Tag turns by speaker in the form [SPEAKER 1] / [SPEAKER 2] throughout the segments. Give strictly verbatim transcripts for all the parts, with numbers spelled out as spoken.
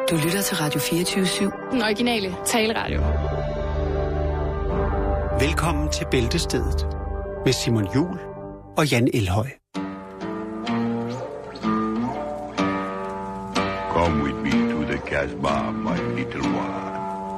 [SPEAKER 1] Du lytter til Radio fireogtyve syv.
[SPEAKER 2] Den originale taleradio.
[SPEAKER 3] Velkommen til Bæltestedet med Simon Juhl og Jan Elhøj.
[SPEAKER 4] Come with me to the Casbah, my little one.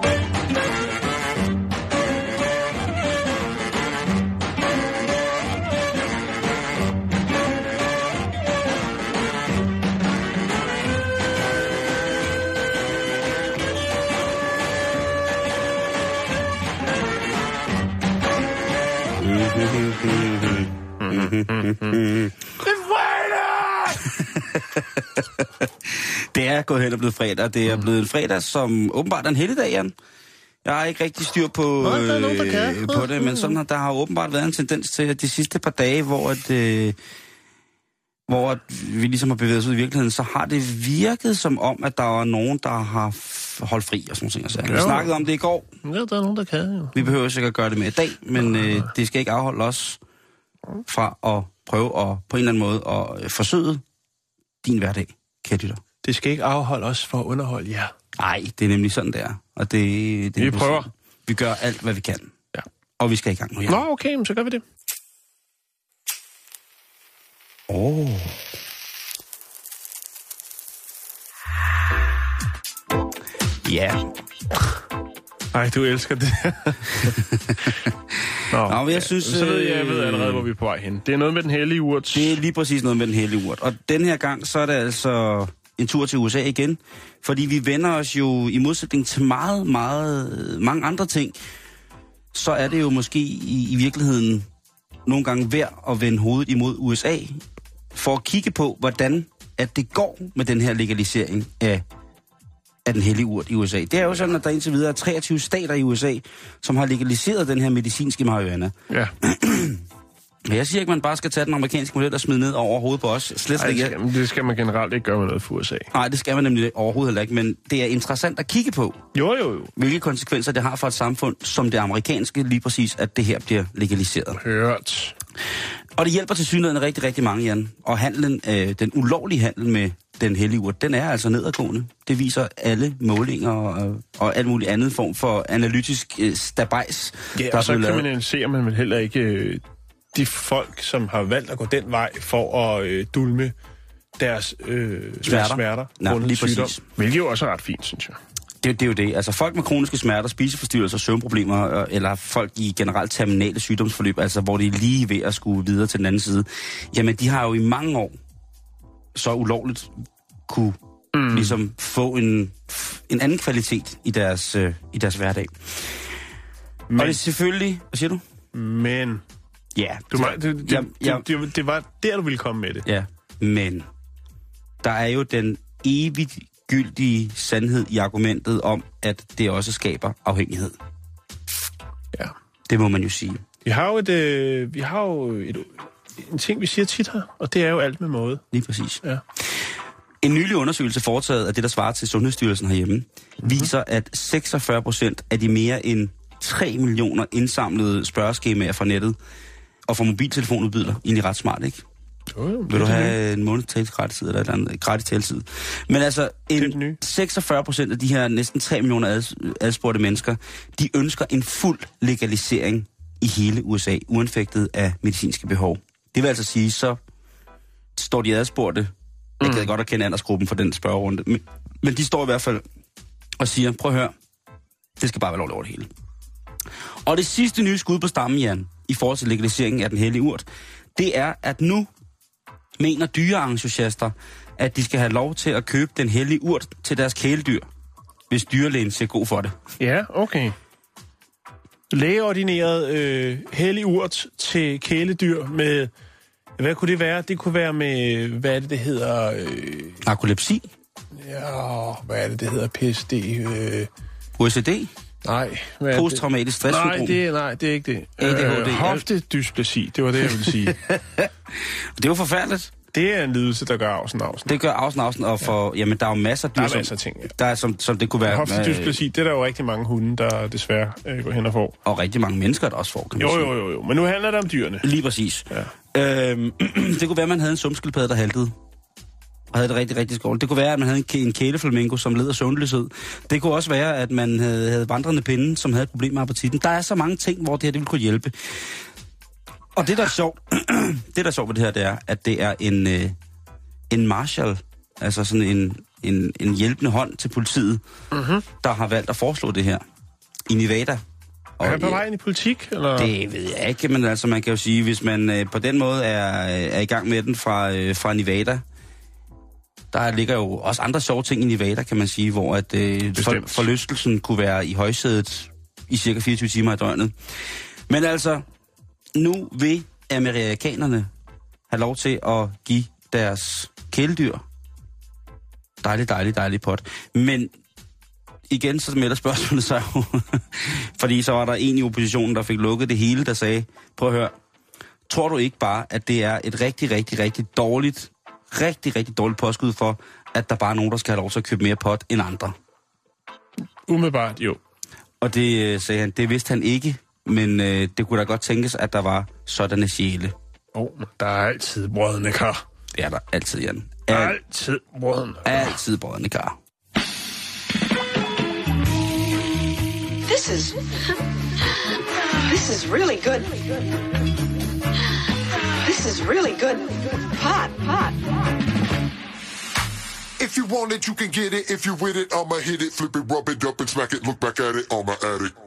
[SPEAKER 5] Det er gået hen og blevet fredag. Det er blevet en fredag, som åbenbart er en helligdag, Jan. Jeg har ikke rigtig styr på,
[SPEAKER 6] Nå, der er nogen, der kan.
[SPEAKER 5] øh, på det, men sådan, der har åbenbart været en tendens til, at de sidste par dage, hvor, at, øh, hvor at vi ligesom har bevæget os ud i virkeligheden, så har det virket som om, at der var nogen, der har holdt fri og sådan noget. Så vi snakkede om det i går.
[SPEAKER 6] Ja, der er nogen, der kan, jo.
[SPEAKER 5] Vi behøver sikkert gøre det med i dag, men øh, det skal ikke afholde os fra at prøve at på en eller anden måde at forsøge din hverdag, kære lytter.
[SPEAKER 6] Det skal ikke afholde os for at underholde jer.
[SPEAKER 5] Nej, det er nemlig sådan, det er. Og det, det
[SPEAKER 6] vi
[SPEAKER 5] er
[SPEAKER 6] prøver.
[SPEAKER 5] Sådan. Vi gør alt, hvad vi kan.
[SPEAKER 6] Ja.
[SPEAKER 5] Og vi skal i gang nu, ja.
[SPEAKER 6] Nå, okay, så gør vi det.
[SPEAKER 5] Åh. Oh. Ja.
[SPEAKER 6] Ej, du elsker det. Nå,
[SPEAKER 5] Nå, men jeg synes...
[SPEAKER 6] Så ved jeg, jeg ved allerede, hvor vi er på vej hen. Det er noget med den hellige urt.
[SPEAKER 5] Det er lige præcis noget med den hellige urt. Og den her gang, så er det altså en tur til U S A igen. Fordi vi vender os jo i modsætning til meget, meget, mange andre ting. Så er det jo måske i, i virkeligheden nogle gange værd at vende hovedet imod U S A. For at kigge på, hvordan at det går med den her legalisering af af den hellige urt i U S A. Det er jo sådan, at der indtil videre er treogtyve stater i U S A, som har legaliseret den her medicinske marihuana.
[SPEAKER 6] Ja.
[SPEAKER 5] Men jeg siger ikke, at man bare skal tage den amerikanske model og smide ned over hovedet på os. Slet
[SPEAKER 6] Ej,
[SPEAKER 5] ikke.
[SPEAKER 6] det, skal, det skal man generelt ikke gøre med noget for U S A.
[SPEAKER 5] Nej, det skal man nemlig overhovedet heller ikke, men det er interessant at kigge på,
[SPEAKER 6] Jo, jo, jo.
[SPEAKER 5] hvilke konsekvenser det har for et samfund som det amerikanske, lige præcis, at det her bliver legaliseret.
[SPEAKER 6] Hørt.
[SPEAKER 5] Og det hjælper til synligheden rigtig, rigtig mange, Jan. Og handlen, øh, den ulovlige handel med den hellige urt, den er altså nedadgående. Det viser alle målinger og, og alt muligt andet form for analytisk øh, stabajs.
[SPEAKER 6] Ja, og så kriminaliserer man vel heller ikke øh, de folk, som har valgt at gå den vej for at øh, dulme deres øh, smerter, smerter
[SPEAKER 5] Nej, lige
[SPEAKER 6] sygdom.
[SPEAKER 5] præcis.
[SPEAKER 6] Hvilket jo også er ret fint, synes jeg.
[SPEAKER 5] Det, det er jo det. Altså folk med kroniske smerter, spiseforstyrrelser, søvnproblemer, eller folk i generelt terminale sygdomsforløb, altså hvor de er lige ved at skulle videre til den anden side, jamen de har jo i mange år så ulovligt kunne mm. ligesom få en, en anden kvalitet i deres, øh, i deres hverdag. Men, og det er selvfølgelig... Hvad siger du?
[SPEAKER 6] Men...
[SPEAKER 5] Ja.
[SPEAKER 6] Du, det, det,
[SPEAKER 5] ja, ja,
[SPEAKER 6] det, det, det var der, du ville komme med det.
[SPEAKER 5] Ja, men der er jo den evigt gyldige sandhed i argumentet om, at det også skaber afhængighed.
[SPEAKER 6] Ja.
[SPEAKER 5] Det må man jo sige.
[SPEAKER 6] Vi har jo, et, øh, vi har jo et, en ting, vi siger tit her, og det er jo alt med måde.
[SPEAKER 5] Lige præcis.
[SPEAKER 6] Ja.
[SPEAKER 5] En nylig undersøgelse foretaget af det, der svarer til Sundhedsstyrelsen herhjemme, mm-hmm. viser, at seksogfyrre procent af de mere end tre millioner indsamlede spørgeskemaer fra nettet og fra mobiltelefonudbydere, egentlig ret smart, ikke?
[SPEAKER 6] Jo, jo,
[SPEAKER 5] Vil du have en måneds gratis eller et andet gratis taltid? Men altså, en seksogfyrre procent af de her næsten tre millioner ads, adspurgte mennesker, de ønsker en fuld legalisering i hele U S A, uanfægtet af medicinske behov. Det vil altså sige, så står de adspurgte, jeg kan godt at kende aldersgruppen for den spørgerunde, men, men de står i hvert fald og siger, prøv at høre, det skal bare være lovligt over det hele. Og det sidste nye skud på stammen, Jan, i forhold til legaliseringen af den hellige urt, det er, at nu mener dyreentusiaster, at de skal have lov til at købe den hellige urt til deres kæledyr, hvis dyrlægen ser god for det.
[SPEAKER 6] Ja, okay. Lægeordineret øh, hellig urt til kæledyr med... Hvad kunne det være? Det kunne være med... Hvad er det, det hedder? Øh,
[SPEAKER 5] Narkolepsi?
[SPEAKER 6] Ja, hvad er det, det hedder? P S D? Øh,
[SPEAKER 5] O C D?
[SPEAKER 6] Nej.
[SPEAKER 5] Posttraumatisk stresssyndrom?
[SPEAKER 6] Nej, det er, nej, det er ikke det.
[SPEAKER 5] A D H D?
[SPEAKER 6] Øh, hoftedysplasi, det var det, jeg ville sige.
[SPEAKER 5] Det er jo forfærdeligt.
[SPEAKER 6] Det er en lidelse, der gør afsen afsen.
[SPEAKER 5] Det gør afsen afsen, og for, ja. Jamen, der er jo masser af dyr,
[SPEAKER 6] der er masser af ting, ja.
[SPEAKER 5] Der er, som, som det kunne være...
[SPEAKER 6] Hoftedysplasi, det er der jo rigtig mange hunde, der desværre øh, går hen og får.
[SPEAKER 5] Og rigtig mange mennesker, der også får, kan man
[SPEAKER 6] jo,
[SPEAKER 5] sige.
[SPEAKER 6] Jo, jo, jo, men nu handler det om dyrene.
[SPEAKER 5] Lige præcis. Ja. Øhm, det kunne være, at man havde en sumpskildpadde, der haltede. og havde det rigtig, rigtig skål. Det kunne være, at man havde en kæleflamingo, som led af søvnløshed. Det kunne også være, at man havde, havde vandrende pinde, som havde et problem med appetitten. Der er så mange ting, hvor det her det ville kunne hjælpe. Og det, der er sjovt, det, der er sjovt ved det her, det er, at det er en, øh, en marshal, altså sådan en, en, en hjælpende hånd til politiet, uh-huh. der har valgt at foreslå det her i Nevada. Og
[SPEAKER 6] er jeg på vej ind i politik? Eller?
[SPEAKER 5] Det ved jeg ikke, men altså man kan jo sige, hvis man øh, på den måde er, er i gang med den fra, øh, fra Nevada, der ligger jo også andre sjove ting i Nevada, kan man sige, hvor at øh, for, forlystelsen kunne være i højsædet i cirka fireogtyve timer i døgnet. Men altså, nu vil amerikanerne have lov til at give deres kæledyr dejlig, dejlig, dejlig pot. Men igen, så melder spørgsmålet sig jo, fordi så var der en i oppositionen, der fik lukket det hele, der sagde, prøv at høre, tror du ikke bare, at det er et rigtig, rigtig, rigtig dårligt, rigtig, rigtig dårligt påskud for, at der bare er nogen, der skal have lov til at købe mere pot end andre?
[SPEAKER 6] Umiddelbart, jo.
[SPEAKER 5] Og det sagde han, det vidste han ikke, men øh, det kunne da godt tænkes, at der var sådanne sjæle.
[SPEAKER 6] Åh, oh, der er altid brødende kar.
[SPEAKER 5] Det er der altid, Jan.
[SPEAKER 6] Al- altid brødende kar.
[SPEAKER 5] Altid brødende kar.
[SPEAKER 7] This is... This is really good. This is really good. Pot, pot.
[SPEAKER 8] If you want it, you can get it. If you with it, I'ma hit it, flip it, rub it up and smack it, look back at it, I'ma add it.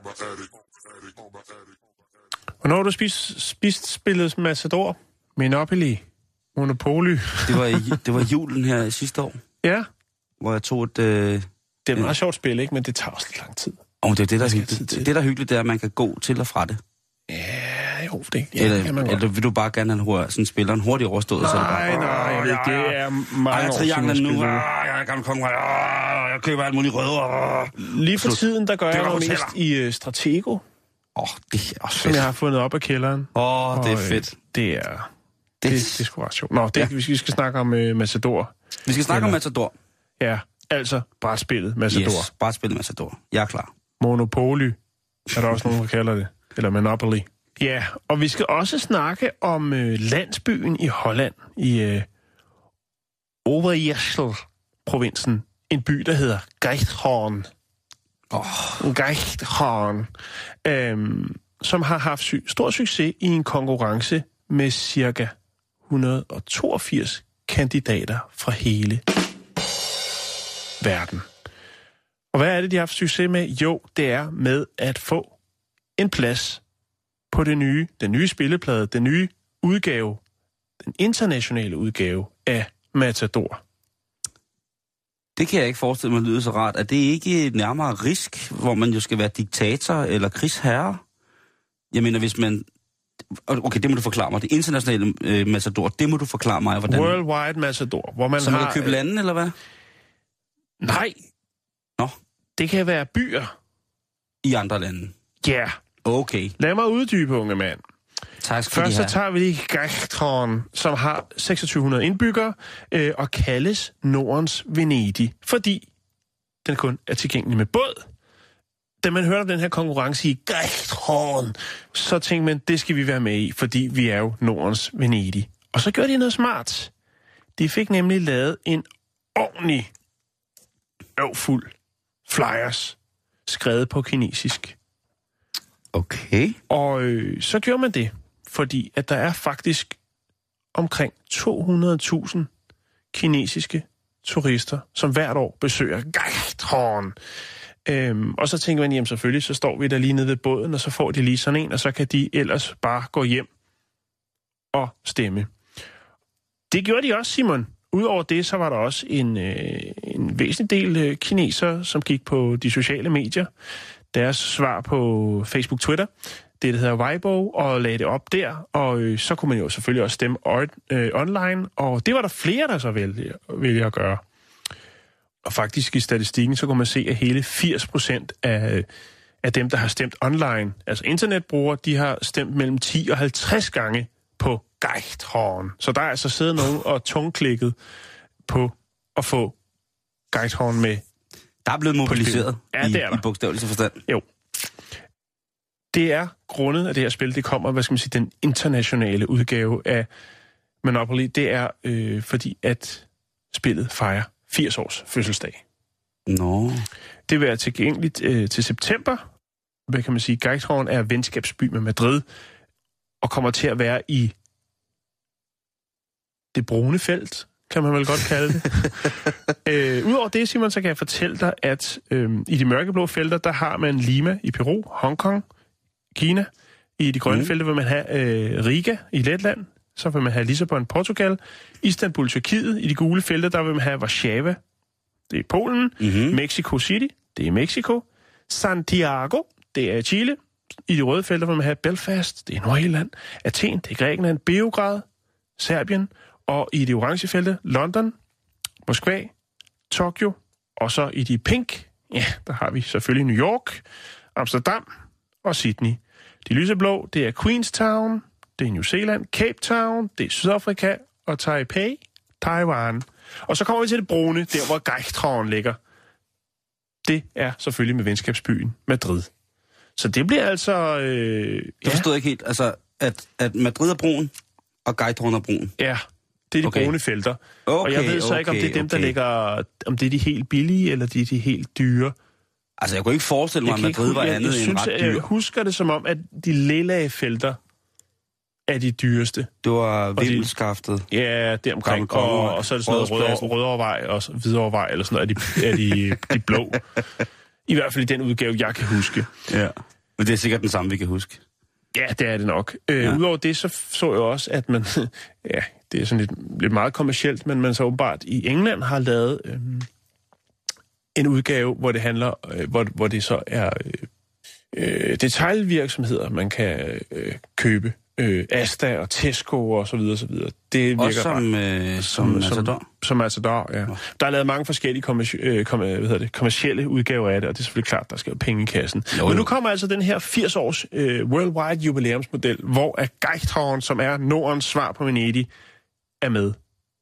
[SPEAKER 6] Hvornår har du spist, spist spillet Matador? Monopoly? Monopoly?
[SPEAKER 5] Det var, det var julen her sidste år.
[SPEAKER 6] Ja.
[SPEAKER 5] Hvor jeg tog et... Øh,
[SPEAKER 6] det er et meget sjovt spil, ikke? Men det tager også lidt lang tid.
[SPEAKER 5] Og det er det, der er hyggeligt. Det, det, der er hyggeligt, det er, at man kan gå til og fra det.
[SPEAKER 6] Ja, jo, det ja,
[SPEAKER 5] eller,
[SPEAKER 6] kan man
[SPEAKER 5] eller vil du bare gerne have sådan spiller en hurtig overstået?
[SPEAKER 6] Nej,
[SPEAKER 5] så det bare,
[SPEAKER 6] nej, jeg ved, det er mange år siden, jeg
[SPEAKER 5] nu. Jeg er gammel konge. Jeg køber alt muligt rødder.
[SPEAKER 6] Lige for tiden, der gør jeg jo mest i uh, Stratego.
[SPEAKER 5] Åh, oh, det er også fedt.
[SPEAKER 6] Som jeg har fundet op af kælderen.
[SPEAKER 5] Åh, oh, det er fedt.
[SPEAKER 6] Det er... Det, det, det er sgu ret sjovt. Nå, det, ja. vi, skal, vi skal snakke om uh, Matador.
[SPEAKER 5] Vi skal snakke eller, om Matador.
[SPEAKER 6] Ja, altså brætspillet Matador.
[SPEAKER 5] Yes, brætspillet Matador. Jeg er klar.
[SPEAKER 6] Monopoly, er der også nogen, der kalder det. Eller Monopoly. Ja, og vi skal også snakke om øh, landsbyen i Holland, i øh, Overijssel-provinsen. En by, der hedder Giethoorn. Oh. Giethoorn. Øhm, som har haft sy- stor succes i en konkurrence med cirka et hundrede og toogfirs kandidater fra hele verden. Og hvad er det, de har haft succes med? Jo, det er med at få en plads på det nye, den nye spilleplade, den nye udgave, den internationale udgave af Matador.
[SPEAKER 5] Det kan jeg ikke forestille mig lyder så rart. Er det ikke nærmere risk, hvor man jo skal være diktator eller krigsherre? Jeg mener, hvis man... Okay, det må du forklare mig. Det internationale øh, Matador, det må du forklare mig, hvordan...
[SPEAKER 6] Worldwide Matador, hvor man
[SPEAKER 5] så
[SPEAKER 6] har...
[SPEAKER 5] Så man kan købe lande, eller hvad?
[SPEAKER 6] Nej.
[SPEAKER 5] Nå.
[SPEAKER 6] Det kan være byer.
[SPEAKER 5] I andre lande?
[SPEAKER 6] Ja. Yeah.
[SPEAKER 5] Okay.
[SPEAKER 6] Lad mig uddybe, unge mand.
[SPEAKER 5] Tak skal
[SPEAKER 6] Først så tager vi lige Giethoorn, som har seksogtyve hundrede indbyggere, øh, og kaldes Nordens Venedig, fordi den kun er tilgængelig med båd. Da man hørte om den her konkurrence i Giethoorn, så tænkte man, det skal vi være med i, fordi vi er jo Nordens Venedig. Og så gjorde de noget smart. De fik nemlig lavet en ordentlig øvfuld flyers, skrevet på kinesisk.
[SPEAKER 5] Okay.
[SPEAKER 6] Og øh, så gjorde man det, fordi at der er faktisk omkring to hundrede tusind kinesiske turister, som hvert år besøger Giethoorn. Øhm, og så tænker man, jamen selvfølgelig, så står vi der lige nede ved båden, og så får de lige sådan en, og så kan de ellers bare gå hjem og stemme. Det gjorde de også, Simon. Udover det, så var der også en, øh, en væsentlig del øh, kineser, som gik på de sociale medier. Deres svar på Facebook, Twitter, det der hedder Weibo, og lagde det op der. Og øh, så kunne man jo selvfølgelig også stemme øh, online, og det var der flere, der så vælger, vælger at gøre. Og faktisk i statistikken, så kunne man se, at hele firs procent af, af dem, der har stemt online, altså internetbrugere, de har stemt mellem ti og halvtreds gange på Giethoorn. Så der er altså siddet nogen og tungklikket på at få Giethoorn med.
[SPEAKER 5] Der er blevet mobiliseret
[SPEAKER 6] ja,
[SPEAKER 5] i,
[SPEAKER 6] det er der.
[SPEAKER 5] i bogstavelig forstand.
[SPEAKER 6] Jo. Det er grundet af det her spil, det kommer, hvad skal man sige, den internationale udgave af Monopoly. Det er øh, fordi, at spillet fejrer firs års fødselsdag.
[SPEAKER 5] Nå.
[SPEAKER 6] Det vil være tilgængeligt øh, til september. Hvad kan man sige? Geithorn er venskabsby med Madrid, og kommer til at være i det brune felt, kan man vel godt kalde det. øh, Udover det, Simon, så kan jeg fortælle dig, at øh, i de mørkeblå felter, der har man Lima i Peru, Hongkong, Kina. I de grønne mm. felter vil man have øh, Riga i Letland. Så vil man have Lissabon, Portugal. Istanbul, Tyrkiet. I de gule felter, der vil man have Warszawa. Det er Polen. Mm-hmm. Mexico City. Det er Mexico. Santiago. Det er Chile. I de røde felter vil man have Belfast. Det er Nordirland. Athen. Det er Grækenland. Beograd. Serbien. Og i de orange felter, London, Moskva, Tokyo. Og så i de pink, ja, der har vi selvfølgelig New York, Amsterdam og Sydney. De lyseblå, det er Queenstown, det er New Zealand, Cape Town, det er Sydafrika og Taipei, Taiwan. Og så kommer vi til det brune, der hvor Geithorn ligger. Det er selvfølgelig med venskabsbyen Madrid. Så det bliver altså... Øh,
[SPEAKER 5] det forstod jeg ikke helt. Altså, at, at Madrid er brun, og Geithorn er brun.
[SPEAKER 6] Ja, det er de okay. brune felter. Okay, og jeg ved så okay, ikke, om det er dem, okay. der ligger... Om det er de helt billige, eller de er de helt dyre.
[SPEAKER 5] Altså, jeg kunne ikke forestille mig, at Madrid var andet
[SPEAKER 6] jeg,
[SPEAKER 5] end ret dyr.
[SPEAKER 6] Jeg husker det som om, at de lilla felter er de dyreste.
[SPEAKER 5] Det var Vimmelskaftet.
[SPEAKER 6] Ja, deromkring. Og, og så er det sådan noget Rødovrevej og Hvidovrevej, eller sådan noget, er de, er de, de blå. I hvert fald i den udgave, jeg kan huske.
[SPEAKER 5] Ja, men det er sikkert den samme, vi kan huske.
[SPEAKER 6] Ja, det er det nok. Øh, ja. Udover det, så så jeg også, at man... ja, det er sådan lidt, lidt meget kommercielt, men man så åbenbart i England har lavet øh, en udgave, hvor det handler... Øh, hvor, hvor det så er øh, detailvirksomheder, man kan øh, købe. Øh, Asta og Tesco og så videre, så videre. Det virker
[SPEAKER 5] også som, øh, som Matador?
[SPEAKER 6] Som, som Matador, ja. Ja. Der er lavet mange forskellige kommerci- øh, kom, hvad hedder det, kommercielle udgaver af det, og det er selvfølgelig klart, der skal jo penge i kassen. Jo, jo. Men nu kommer altså den her firs års øh, worldwide jubilæumsmodel, hvor Geithorn, som er Nordens svar på Venedig, er med.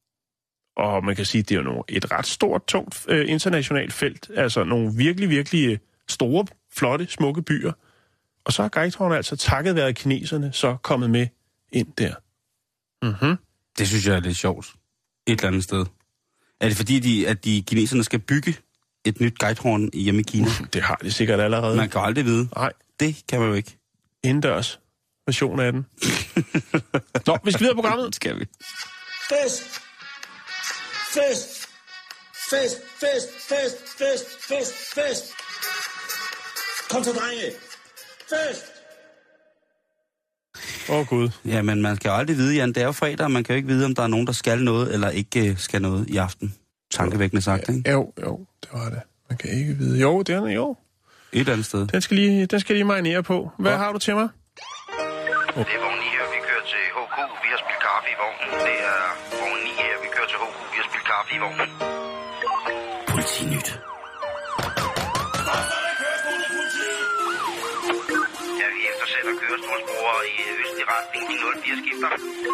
[SPEAKER 6] Og man kan sige, at det er jo nogle, et ret stort, tungt øh, internationalt felt. Altså nogle virkelig, virkelig store, flotte, smukke byer. Og så har Geithorn altså takket være kineserne så kommet med ind der.
[SPEAKER 5] Mm-hmm. Det synes jeg er lidt sjovt. Et eller andet sted. Er det fordi, de, at de kineserne skal bygge et nyt Geithorn hjemme i Kina? Uh,
[SPEAKER 6] det har de sikkert allerede.
[SPEAKER 5] Man kan aldrig vide.
[SPEAKER 6] Nej.
[SPEAKER 5] Det kan man jo ikke.
[SPEAKER 6] Indendørs version af den. Nå, vi skal videre på programmet.
[SPEAKER 5] Skal vi.
[SPEAKER 9] Fest! Fest! Fest! Fest! Fest! Fest! Fest! Fest! Kom så, drenge! Fest!
[SPEAKER 6] Åh, oh, Gud.
[SPEAKER 5] Ja, men man skal jo aldrig vide, Jan. Det er jo fredag, og man kan jo ikke vide, om der er nogen, der skal noget, eller ikke skal noget i aften. Tankevækkende sagt, ikke?
[SPEAKER 6] Jo, jo, det var det. Man kan ikke vide. Jo, det er jo.
[SPEAKER 5] Et eller andet sted.
[SPEAKER 6] Den skal lige, den skal lige marinere på. Hvad ja. har du til mig?
[SPEAKER 10] Oh. Det er vogn ni her. Vi kører til H K. Vi har spillet kaffe i vognen. Det er vogn ni her. Vi kører til H K. Vi har spillet kaffe i vognen.
[SPEAKER 5] Politinyt.
[SPEAKER 10] Eftersætter kørestolsbrugere i østlig retning. De nul fire skifter.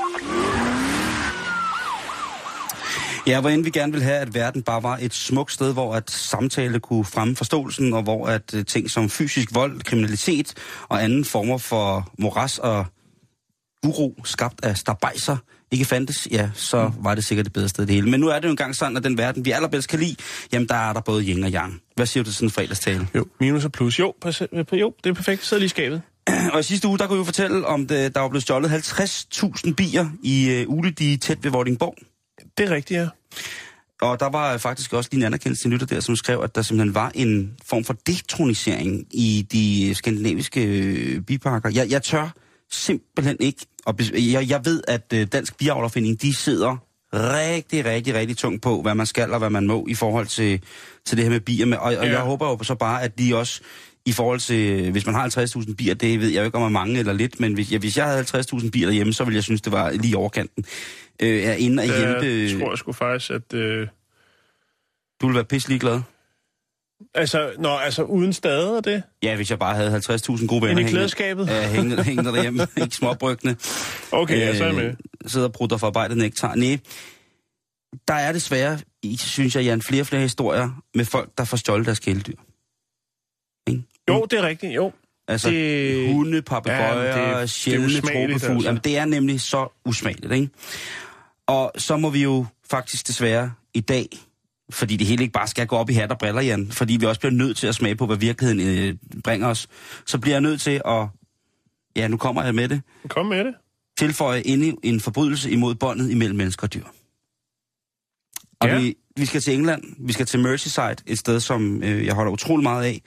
[SPEAKER 5] Ja, hvor end vi gerne vil have, at verden bare var et smukt sted, hvor at samtale kunne fremme forståelsen, og hvor at ting som fysisk vold, kriminalitet og anden former for moras og uro, skabt af starbejser, ikke fandtes, ja, så var det sikkert det bedre sted det hele. Men nu er det jo engang sådan, at den verden, vi allerbedst kan lide, jamen der er der både yin og yang. Hvad siger du til sådan en fredagstale?
[SPEAKER 6] Jo, minus og plus. Jo, jo, det er perfekt. Sidder lige i skabet.
[SPEAKER 5] Og i sidste uge, der kunne vi fortælle, om det, der var blevet stjålet halvtreds tusind bier i uh, Uledige tæt ved Vordingborg.
[SPEAKER 6] Det er rigtigt, ja.
[SPEAKER 5] Og der var faktisk også lige en anerkendelse til lytter der, som skrev, at der simpelthen var en form for detronisering i de skandinaviske øh, biparker. Jeg, jeg tør simpelthen ikke, og jeg, jeg ved, at øh, Dansk Biavlerforening, de sidder rigtig, rigtig, rigtig tungt på, hvad man skal og hvad man må i forhold til, til det her med bier. Med. Og, ja. og jeg håber jo så bare, at de også i forhold til, hvis man har halvtreds tusind bier, det ved jeg jo ikke, om er mange eller lidt, men hvis jeg, hvis jeg havde halvtreds tusind bier derhjemme, så ville jeg synes, det var lige overkanten. Øh, er inde at hjælpe...
[SPEAKER 6] Jeg tror jeg sgu faktisk, at... Øh...
[SPEAKER 5] Du ville være pisselig glad?
[SPEAKER 6] Altså, nå, altså uden stade og det?
[SPEAKER 5] Ja, hvis jeg bare havde halvtreds tusind gode venner
[SPEAKER 6] hængende. Ind i klædeskabet?
[SPEAKER 5] Ja, hængende, hængende derhjemme, ikke småbrygende.
[SPEAKER 6] Okay, øh, ja, så er jeg med.
[SPEAKER 5] Sidder og prutter for arbejdet nektar. Nej, der er desværre, synes jeg, Jan, flere og flere historier med folk, der får stjålet deres kæledyr. Ikke?
[SPEAKER 6] Jo, det er rigtigt, jo.
[SPEAKER 5] Altså det... hunde, papegøjer, ja, sjældne tropefugle. Altså. Jamen, det er nemlig så usmageligt, ikke? Og så må vi jo faktisk desværre i dag, fordi det hele ikke bare skal gå op i hat og briller, Jan, fordi vi også bliver nødt til at smage på, hvad virkeligheden øh, bringer os, så bliver jeg nødt til at, ja, nu kommer jeg med det.
[SPEAKER 6] Kom med det.
[SPEAKER 5] Tilføje endnu en forbrydelse imod båndet imellem mennesker og dyr. Og
[SPEAKER 6] ja.
[SPEAKER 5] vi, vi skal til England, vi skal til Merseyside, et sted, som øh, jeg holder utrolig meget af.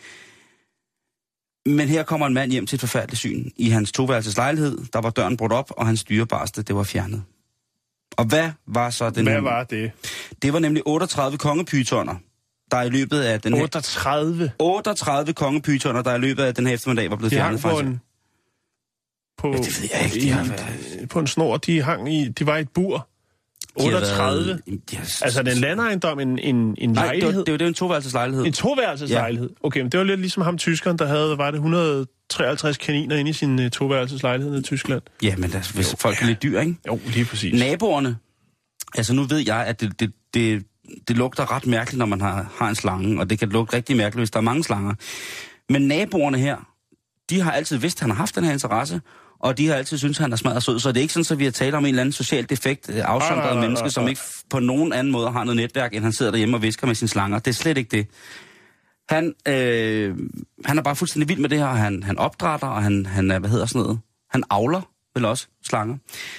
[SPEAKER 5] Men her kommer en mand hjem til et forfærdeligt syn. I hans toværelses lejlighed, der var døren brudt op, og hans dyrebarste, det var fjernet. Og hvad var så den
[SPEAKER 6] Hvad
[SPEAKER 5] her?
[SPEAKER 6] var det?
[SPEAKER 5] Det var nemlig otteogtredive kongepytoner, der i løbet af den her...
[SPEAKER 6] otteogtredive?
[SPEAKER 5] otteogtredive kongepytoner, der i løbet af den her eftermiddag var blevet
[SPEAKER 6] de
[SPEAKER 5] fjernet fra
[SPEAKER 6] en... På,
[SPEAKER 5] ja, det ved jeg ikke. De har været...
[SPEAKER 6] På en snor, de hang i... De var i et bur. otteogtredive? Været... Yes. Altså, den landejendom, en, en, en
[SPEAKER 5] Nej,
[SPEAKER 6] lejlighed?
[SPEAKER 5] Nej, det var, det var en toværelseslejlighed.
[SPEAKER 6] En toværelseslejlighed? Ja. Okay, men det var lidt ligesom ham tyskeren, der havde, var det et hundrede og treoghalvtreds kaniner inde i sin uh, toværelseslejlighed i Tyskland.
[SPEAKER 5] Ja, men der, hvis jo. folk er lidt dyr, ikke?
[SPEAKER 6] Jo, lige præcis.
[SPEAKER 5] Naboerne, altså nu ved jeg, at det, det, det, det lugter ret mærkeligt, når man har, har en slange, og det kan lugte rigtig mærkeligt, hvis der er mange slanger. Men naboerne her, de har altid vidst, at han har haft den her interesse, og de har altid syntes, at han er smadret sød. Så det er ikke sådan, at vi har talt om en eller anden social defekt, afsondret menneske, som ikke på nogen anden måde har noget netværk, end han sidder derhjemme og visker med sine slanger. Det er slet ikke det. Han, øh, han er bare fuldstændig vild med det her. Han, han opdrætter, og han, han er, hvad hedder sådan noget? Han avler vel også slanger.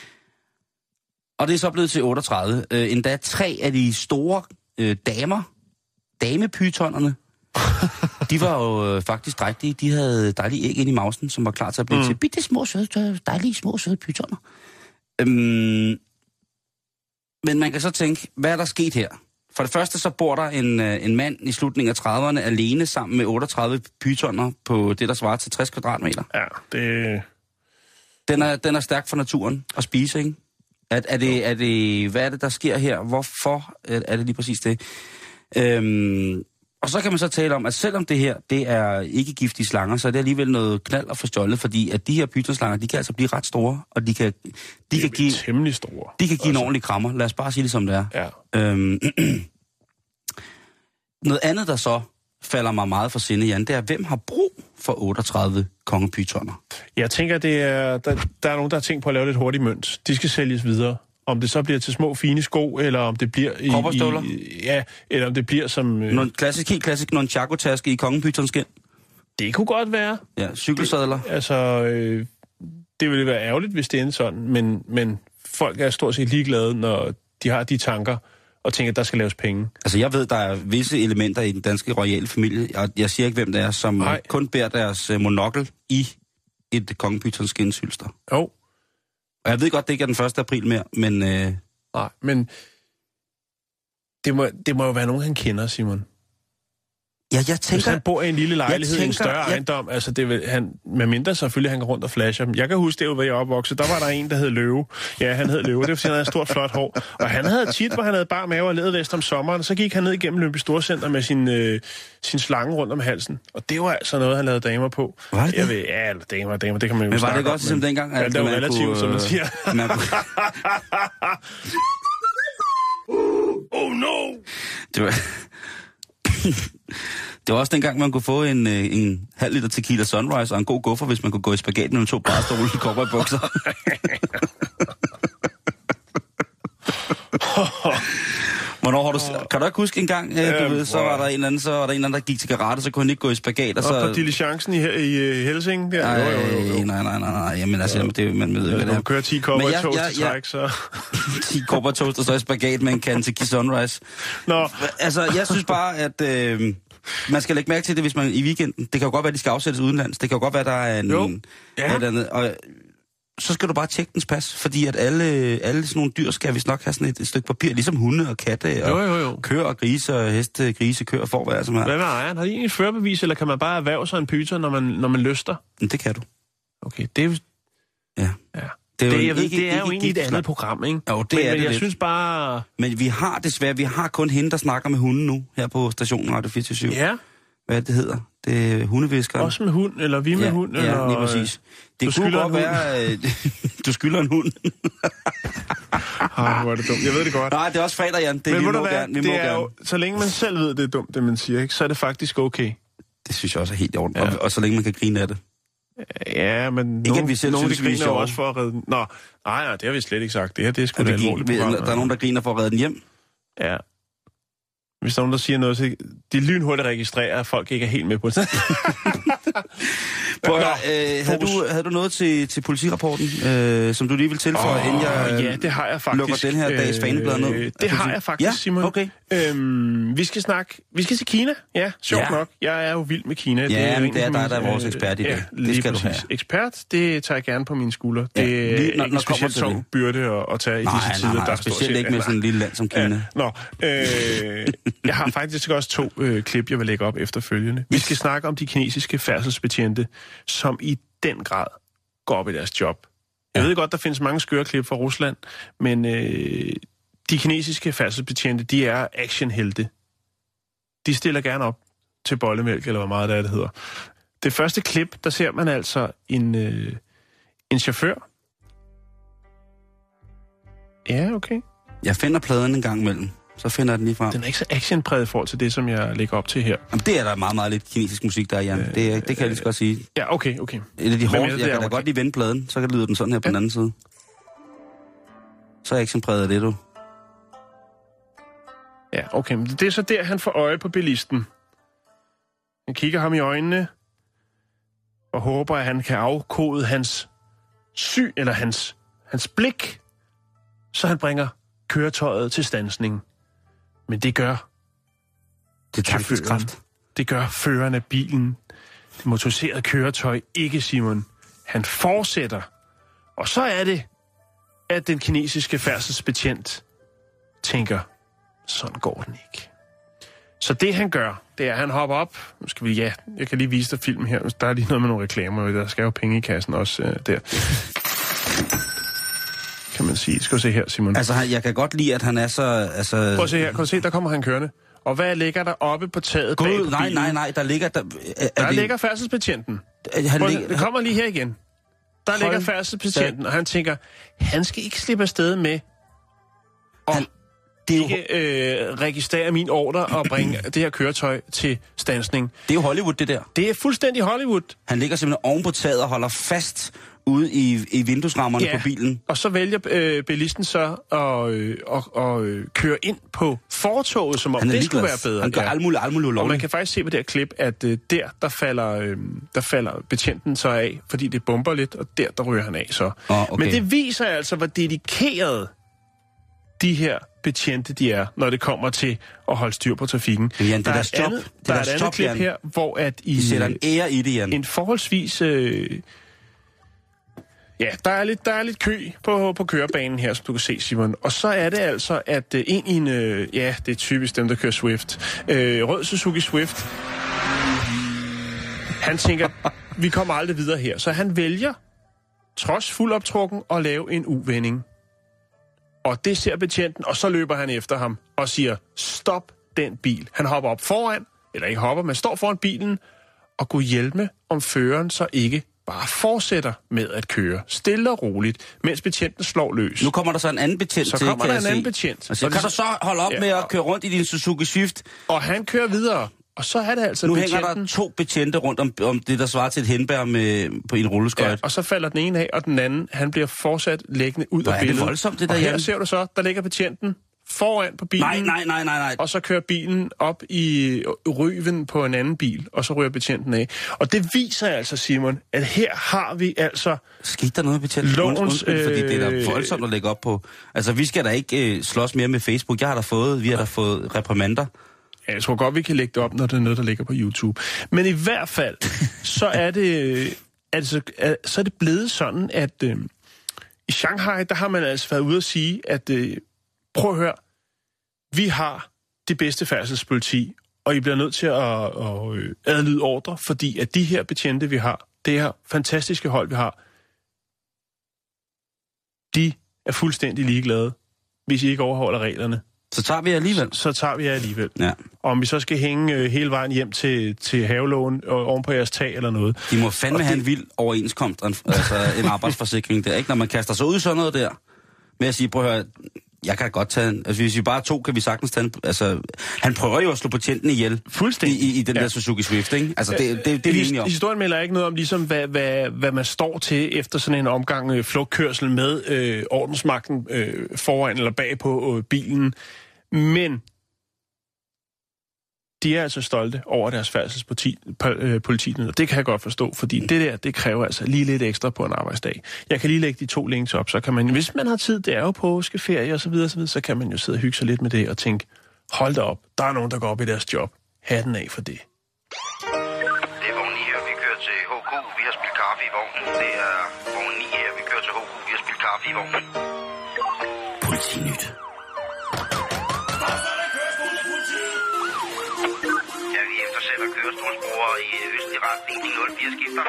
[SPEAKER 5] Og det er så blevet til otteogtredive. Øh, endda tre af de store øh, damer, damepytonerne, de var jo øh, faktisk drægtige. De havde dejlige æg ind i mausen, som var klar til at blive mm. til bitte små, søde, dejlige små, søde pytoner. Øhm, men man kan så tænke, hvad er der sket her? For det første så bor der en, øh, en mand i slutningen af trediverne alene sammen med otteogtredive pytoner på det, der svarer til tres kvadratmeter.
[SPEAKER 6] Ja, det...
[SPEAKER 5] Den er, den er stærk for naturen at spise, ikke? Er, er, det, er det, hvad er det, der sker her? Hvorfor er det lige præcis det? Øhm, og så kan man så tale om, at selvom det her, det er ikke giftige slanger, så er det alligevel noget knald og forstjålet, fordi at de her pytonslanger, de kan altså blive ret store, og de kan, de kan give...
[SPEAKER 6] temmelig store.
[SPEAKER 5] De kan give en ordentlig krammer. Lad os bare sige det, som det er.
[SPEAKER 6] Ja.
[SPEAKER 5] Øhm, noget andet, der så falder mig meget for sinde, Jan, det er, hvem har brug for otteogtredive kongepytoner?
[SPEAKER 6] Jeg tænker, det er, der, der er nogen, der har tænkt på at lave lidt hurtigt mønt. De skal sælges videre. Om det så bliver til små, fine sko, eller om det bliver... i,
[SPEAKER 5] Kopperstøvler?
[SPEAKER 6] I, ja, eller om det bliver som... Øh...
[SPEAKER 5] Nogle klassisk, helt klassisk nunchaku-taske i kongepytonskin?
[SPEAKER 6] Det kunne godt være.
[SPEAKER 5] Ja, cykelsadler?
[SPEAKER 6] Det, altså, øh, det ville være ærgerligt, hvis det endte sådan, men, men folk er stort set ligeglade, når de har de tanker, og tænker, at der skal laves penge.
[SPEAKER 5] Altså, jeg ved, der er visse elementer i den danske royale familie, og jeg siger ikke, hvem det er, som Nej. kun bærer deres monokkel i et kongepytonskindshylster.
[SPEAKER 6] Jo.
[SPEAKER 5] Og jeg ved godt, det ikke er den første april mere, men... Øh...
[SPEAKER 6] Nej, men det må, det må jo være nogen, han kender, Simon.
[SPEAKER 5] Ja, jeg tænker...
[SPEAKER 6] Hvis han bor i en lille lejlighed i en større
[SPEAKER 5] jeg...
[SPEAKER 6] ejendom, altså det vil, han, med mindre selvfølgelig, han går rundt og flasher dem. Jeg kan huske, det var, jeg opvokset, der var der en, der hed Løve. Ja, han hed Løve, det var fordi, han havde et stort, flot hår. Og han havde tit, hvor han havde bar mave og lædervest om sommeren, så gik han ned igennem Lyngby Storcenter med sin, øh, sin slange rundt om halsen. Og det var altså noget, han lavede damer på.
[SPEAKER 5] Var det?
[SPEAKER 6] Jeg ved, ja, eller damer, damer, det kan man jo
[SPEAKER 5] men
[SPEAKER 6] snakke om.
[SPEAKER 5] Men var det godt, som dengang?
[SPEAKER 6] Ja, det var relativt,
[SPEAKER 5] kunne,
[SPEAKER 6] som man siger.
[SPEAKER 5] Man kunne...
[SPEAKER 6] Oh no!
[SPEAKER 5] Det var... Det var også dengang, man kunne få en, en halv liter tequila sunrise og en god guffer, hvis man kunne gå i spaghetti med to barstole i kopper i bukser. Hvornår har du... Kan du ikke huske en gang, ja, du ved, så var der en eller anden, så var der en eller anden, der gik til karate, så kunne han ikke gå i spagat, og så...
[SPEAKER 6] Og på diligencen i, i Helsing? Der.
[SPEAKER 5] Nej,
[SPEAKER 6] jo, jo, jo, jo.
[SPEAKER 5] nej, nej, nej, nej, jamen altså, ja. det, man ved jo, hvad det er.
[SPEAKER 6] Du kører ti kopper i toast til træk, så...
[SPEAKER 5] ti kopper toast og så i spagat med en kan tequila sunrise.
[SPEAKER 6] Nå.
[SPEAKER 5] Altså, jeg synes bare, at... Øh, man skal lægge mærke til det, hvis man i weekenden... Det kan jo godt være, at de skal afsættes udenlands. Det kan jo godt være, at der er en...
[SPEAKER 6] Jo, ja.
[SPEAKER 5] Et andet, og så skal du bare tjekke dens pas, fordi at alle, alle sådan nogle dyr skal vist nok have sådan et, et stykke papir, ligesom hunde og katte og
[SPEAKER 6] jo, jo, jo.
[SPEAKER 5] køer og grise og heste, grise, køer og får, hvad er som er.
[SPEAKER 6] Hvad med ejeren? Har de egentlig et førerbevis, eller kan man bare erhverve sig en pyton, når man, når man lyster?
[SPEAKER 5] Det kan du.
[SPEAKER 6] Okay, det er jo...
[SPEAKER 5] Ja.
[SPEAKER 6] ja.
[SPEAKER 5] Det er,
[SPEAKER 6] det,
[SPEAKER 5] jo
[SPEAKER 6] jeg ved,
[SPEAKER 5] ikke,
[SPEAKER 6] det er
[SPEAKER 5] ikke,
[SPEAKER 6] jo egentlig et andet program, ikke?
[SPEAKER 5] Jo, det
[SPEAKER 6] men,
[SPEAKER 5] er
[SPEAKER 6] men
[SPEAKER 5] det
[SPEAKER 6] jeg
[SPEAKER 5] lidt.
[SPEAKER 6] synes bare...
[SPEAKER 5] Men vi har desværre, vi har kun hende, der snakker med hunden nu, her på stationen Radio fireogtyve syv.
[SPEAKER 6] Ja.
[SPEAKER 5] Hvad det hedder? Det er hundeviskeren.
[SPEAKER 6] Også med hund, eller vi med
[SPEAKER 5] ja,
[SPEAKER 6] hund,
[SPEAKER 5] ja,
[SPEAKER 6] eller...
[SPEAKER 5] Ja, lige præcis. Det
[SPEAKER 6] du
[SPEAKER 5] kunne godt være... Øh, du skylder en hund.
[SPEAKER 6] Ej, hvor er det dumt. Jeg ved det godt.
[SPEAKER 5] Nej, det er også fredag, Jan. Det,
[SPEAKER 6] men
[SPEAKER 5] vi må
[SPEAKER 6] hvad,
[SPEAKER 5] gerne. Vi
[SPEAKER 6] det
[SPEAKER 5] må
[SPEAKER 6] er
[SPEAKER 5] gerne.
[SPEAKER 6] jo, så længe man selv ved, det er dumt, det man siger, ikke, så er det faktisk okay.
[SPEAKER 5] Det synes jeg også er helt i orden.
[SPEAKER 6] Ja.
[SPEAKER 5] Og, og så længe man kan grine af det.
[SPEAKER 6] Ja, men
[SPEAKER 5] ikke,
[SPEAKER 6] nogen,
[SPEAKER 5] at vi selv
[SPEAKER 6] nogen
[SPEAKER 5] synes,
[SPEAKER 6] de
[SPEAKER 5] vi er
[SPEAKER 6] griner
[SPEAKER 5] sjove.
[SPEAKER 6] også for at redde den. Nå, nej, nej, det har vi slet ikke sagt. Det her, det er sgu da
[SPEAKER 5] det
[SPEAKER 6] alvorligt program.
[SPEAKER 5] Der er nogen, der griner for at redde den hjem.
[SPEAKER 6] Ja. Hvis der er nogen, der siger noget, så de lynhurtigt registrerer, at folk ikke er helt med på det.
[SPEAKER 5] Prøv, øh, havde, du, havde du noget til, til politirapporten, øh, som du lige vil tilføje, oh, inden jeg
[SPEAKER 6] ja, det har jeg faktisk.
[SPEAKER 5] lukker den her dags faneblad ned?
[SPEAKER 6] Øh, det har jeg faktisk,
[SPEAKER 5] ja?
[SPEAKER 6] Simon.
[SPEAKER 5] Okay.
[SPEAKER 6] Øhm, vi skal snakke, vi skal til Kina. Ja, sjovt ja. nok. Jeg er jo vild med Kina.
[SPEAKER 5] Ja, det er, men det er dig, der er vores ekspert i det.
[SPEAKER 6] Ja, det skal præcis. Du have. Ekspert, det tager jeg gerne på mine skuldre.
[SPEAKER 5] Ja,
[SPEAKER 6] det er
[SPEAKER 5] lige, når,
[SPEAKER 6] ikke en specielt tung byrde at, at tage
[SPEAKER 5] nej,
[SPEAKER 6] i disse tider.
[SPEAKER 5] Nej, nej,
[SPEAKER 6] der
[SPEAKER 5] specielt ikke med sådan et lille land som Kina.
[SPEAKER 6] Ja, nå, øh, jeg har faktisk også to øh, klip, jeg vil lægge op efterfølgende. Vi skal snakke om de kinesiske færdselsbetjente, som i den grad går op i deres job. Jeg ved godt, der findes mange skøre klip fra Rusland, men øh, de kinesiske færdselsbetjente, de er actionhelte. De stiller gerne op til bollemælk, eller hvad meget det er, det hedder. Det første klip, der ser man altså en, øh, en chauffør. Ja, okay.
[SPEAKER 5] Jeg finder pladen en gang imellem. Så finder jeg den lige frem.
[SPEAKER 6] Den er ikke så actionpræget i forhold til det, som jeg lægger op til her.
[SPEAKER 5] Jamen, det er der meget, meget lidt kinesisk musik, der er, Jan. Øh, det, det kan jeg lige så godt sige.
[SPEAKER 6] Ja, okay, okay.
[SPEAKER 5] Et af de hårde, jeg kan da
[SPEAKER 6] okay.
[SPEAKER 5] godt lige vende pladen, så kan det lyde den sådan her på ja. den anden side. Så er actionpræget af det, du.
[SPEAKER 6] Ja, okay. Men det er så der, han får øje på bilisten. Han kigger ham i øjnene og håber, at han kan afkode hans syn, eller hans, hans blik, så han bringer køretøjet til standsning. Men det gør
[SPEAKER 5] det chaufføren.
[SPEAKER 6] Det gør føreren af bilen. Det motoriserede køretøj ikke, Simon. Han fortsætter. Og så er det, at den kinesiske færdselsbetjent tænker, sådan går den ikke. Så det han gør, det er, at han hopper op. Nu skal vi, ja, jeg kan lige vise dig filmen her. Der er lige noget med nogle reklamer, der skal jo penge i kassen også uh, der. Kan man sige. Skal du se her, Simon?
[SPEAKER 5] Altså, jeg kan godt lide, at han er så... Altså...
[SPEAKER 6] Prøv at se her. Kan du se, der kommer han kørende. Og hvad ligger der oppe på taget
[SPEAKER 5] God,
[SPEAKER 6] bag på
[SPEAKER 5] nej,
[SPEAKER 6] bilen?
[SPEAKER 5] nej, nej, der ligger... Der,
[SPEAKER 6] er der det... ligger færdselsbetjenten. Han ligger... Det kommer lige her igen. Der Hold ligger færdselsbetjenten, og han tænker, han skal ikke slippe afsted med at han... det er ikke jo... øh, registrere min ordre og bringe det her køretøj til standsning.
[SPEAKER 5] Det er jo Hollywood, det der.
[SPEAKER 6] Det er fuldstændig Hollywood.
[SPEAKER 5] Han ligger simpelthen oven på taget og holder fast ude i, i vinduesrammerne ja. på bilen.
[SPEAKER 6] Og så vælger øh, bilisten så at øh, og, og, øh, køre ind på fortovet, som om det skulle være bedre.
[SPEAKER 5] Han gør ja. alt muligt, alt muligt ulovligt.
[SPEAKER 6] Og man kan faktisk se på det her klip, at øh, der, der falder, øh, der falder betjenten så af, fordi det bomber lidt, og der, der ryger han af så.
[SPEAKER 5] Oh, okay.
[SPEAKER 6] Men det viser altså, hvor dedikeret de her betjente, de er, når det kommer til at holde styr på trafikken.
[SPEAKER 5] Jan, det
[SPEAKER 6] der
[SPEAKER 5] er
[SPEAKER 6] et
[SPEAKER 5] job.
[SPEAKER 6] andet,
[SPEAKER 5] det
[SPEAKER 6] der
[SPEAKER 5] er
[SPEAKER 6] er et andet
[SPEAKER 5] job,
[SPEAKER 6] klip
[SPEAKER 5] Jan.
[SPEAKER 6] her, hvor at i...
[SPEAKER 5] De sætter en ære i det, Jan.
[SPEAKER 6] En forholdsvis... Øh, Ja, der er lidt, der er lidt kø på, på kørebanen her, som du kan se, Simon. Og så er det altså, at uh, en i en... Uh, ja, det er typisk dem, der kører Swift. Uh, rød Suzuki Swift. Han tænker, vi kommer aldrig videre her. Så han vælger, trods fuld optrukken, at lave en U-vending. Og det ser betjenten, og så løber han efter ham og siger, stop den bil. Han hopper op foran, eller ikke hopper, men står foran bilen, og kunne hjælpe, om føreren så ikke bare fortsætter med at køre stille og roligt, mens betjenten slår løs.
[SPEAKER 5] Nu kommer der så en anden betjent
[SPEAKER 6] så
[SPEAKER 5] til,
[SPEAKER 6] kommer
[SPEAKER 5] kan
[SPEAKER 6] der en
[SPEAKER 5] se.
[SPEAKER 6] anden betjent.
[SPEAKER 5] Altså,
[SPEAKER 6] og
[SPEAKER 5] kan du så holde op ja, med at køre rundt i din Suzuki Swift?
[SPEAKER 6] Og han kører videre, og så er det altså
[SPEAKER 5] nu
[SPEAKER 6] betjenten...
[SPEAKER 5] Nu hænger der to betjente rundt om, om det, der svarer til et hindbær med, på en rulleskøjt.
[SPEAKER 6] Ja, og så falder den ene af, og den anden, han bliver fortsat liggende ud
[SPEAKER 5] Hvor
[SPEAKER 6] af billedet.
[SPEAKER 5] Hvor er det voldsomt, det der,
[SPEAKER 6] og her
[SPEAKER 5] Jan?
[SPEAKER 6] ser du så, der ligger betjenten foran på bilen.
[SPEAKER 5] Nej, nej, nej, nej, nej.
[SPEAKER 6] Og så kører bilen op i ryven på en anden bil, og så ryger betjenten af. Og det viser altså, Simon, at her har vi altså...
[SPEAKER 5] Skete der noget med betjenten?
[SPEAKER 6] Lovens,
[SPEAKER 5] undskyld, fordi det er da voldsomt at lægge op på. Altså, vi skal da ikke øh, slås mere med Facebook. Jeg har da fået, vi har da fået reprimander.
[SPEAKER 6] Ja, jeg tror godt, vi kan lægge det op, når det er noget, der ligger på YouTube. Men i hvert fald, så er det, altså, så er det blevet sådan, at øh, i Shanghai, der har man altså været ude at sige, at øh, prøv at høre, vi har det bedste færdselspoliti, og I bliver nødt til at, at adlyde ordre, fordi at de her betjente, vi har, det her fantastiske hold, vi har, de er fuldstændig ligeglade, hvis I ikke overholder reglerne.
[SPEAKER 5] Så tager vi alligevel.
[SPEAKER 6] Så, så tager vi alligevel.
[SPEAKER 5] Ja.
[SPEAKER 6] Og om vi så skal hænge øh, hele vejen hjem til, til havelågen og oven på jeres tag eller noget.
[SPEAKER 5] De må fandme
[SPEAKER 6] og
[SPEAKER 5] have
[SPEAKER 6] det...
[SPEAKER 5] en vild overenskomst, altså en arbejdsforsikring der, ikke? Når man kaster sig ud i sådan noget der, med at sige, prøv at høre, jeg kan godt tage en, altså hvis vi bare to, kan vi sagtens tage en, altså, han prøver jo at slå betjenten ihjel.
[SPEAKER 6] Fuldstændig.
[SPEAKER 5] I, i den
[SPEAKER 6] ja.
[SPEAKER 5] der Suzuki Swift, ikke? Altså, det, det, det, det er vi enige om.
[SPEAKER 6] Historien melder ikke noget om, ligesom, hvad, hvad, hvad man står til efter sådan en omgang øh, flugtkørsel med øh, ordensmagten øh, foran eller bag på øh, bilen. Men de er altså stolte over deres færdselspoliti, og det kan jeg godt forstå, fordi det der, det kræver altså lige lidt ekstra på en arbejdsdag. Jeg kan lige lægge de to links op, så kan man, hvis man har tid, det er jo påskeferie og så videre, så videre, så kan man jo sidde og hygge sig lidt med det og tænke, hold da op, der er nogen, der går op i deres job. Hatten af for det.
[SPEAKER 10] Det er vogn ni her, vi kører til H K, vi har spillet kaffe i vognen. Det er vogn ni her, vi kører til H K, vi har spillet kaffe i vognen.
[SPEAKER 5] Politinyt.
[SPEAKER 10] Ja, vi eftersætter kørestolsbrugere i østlig retning, de nul fire skifter.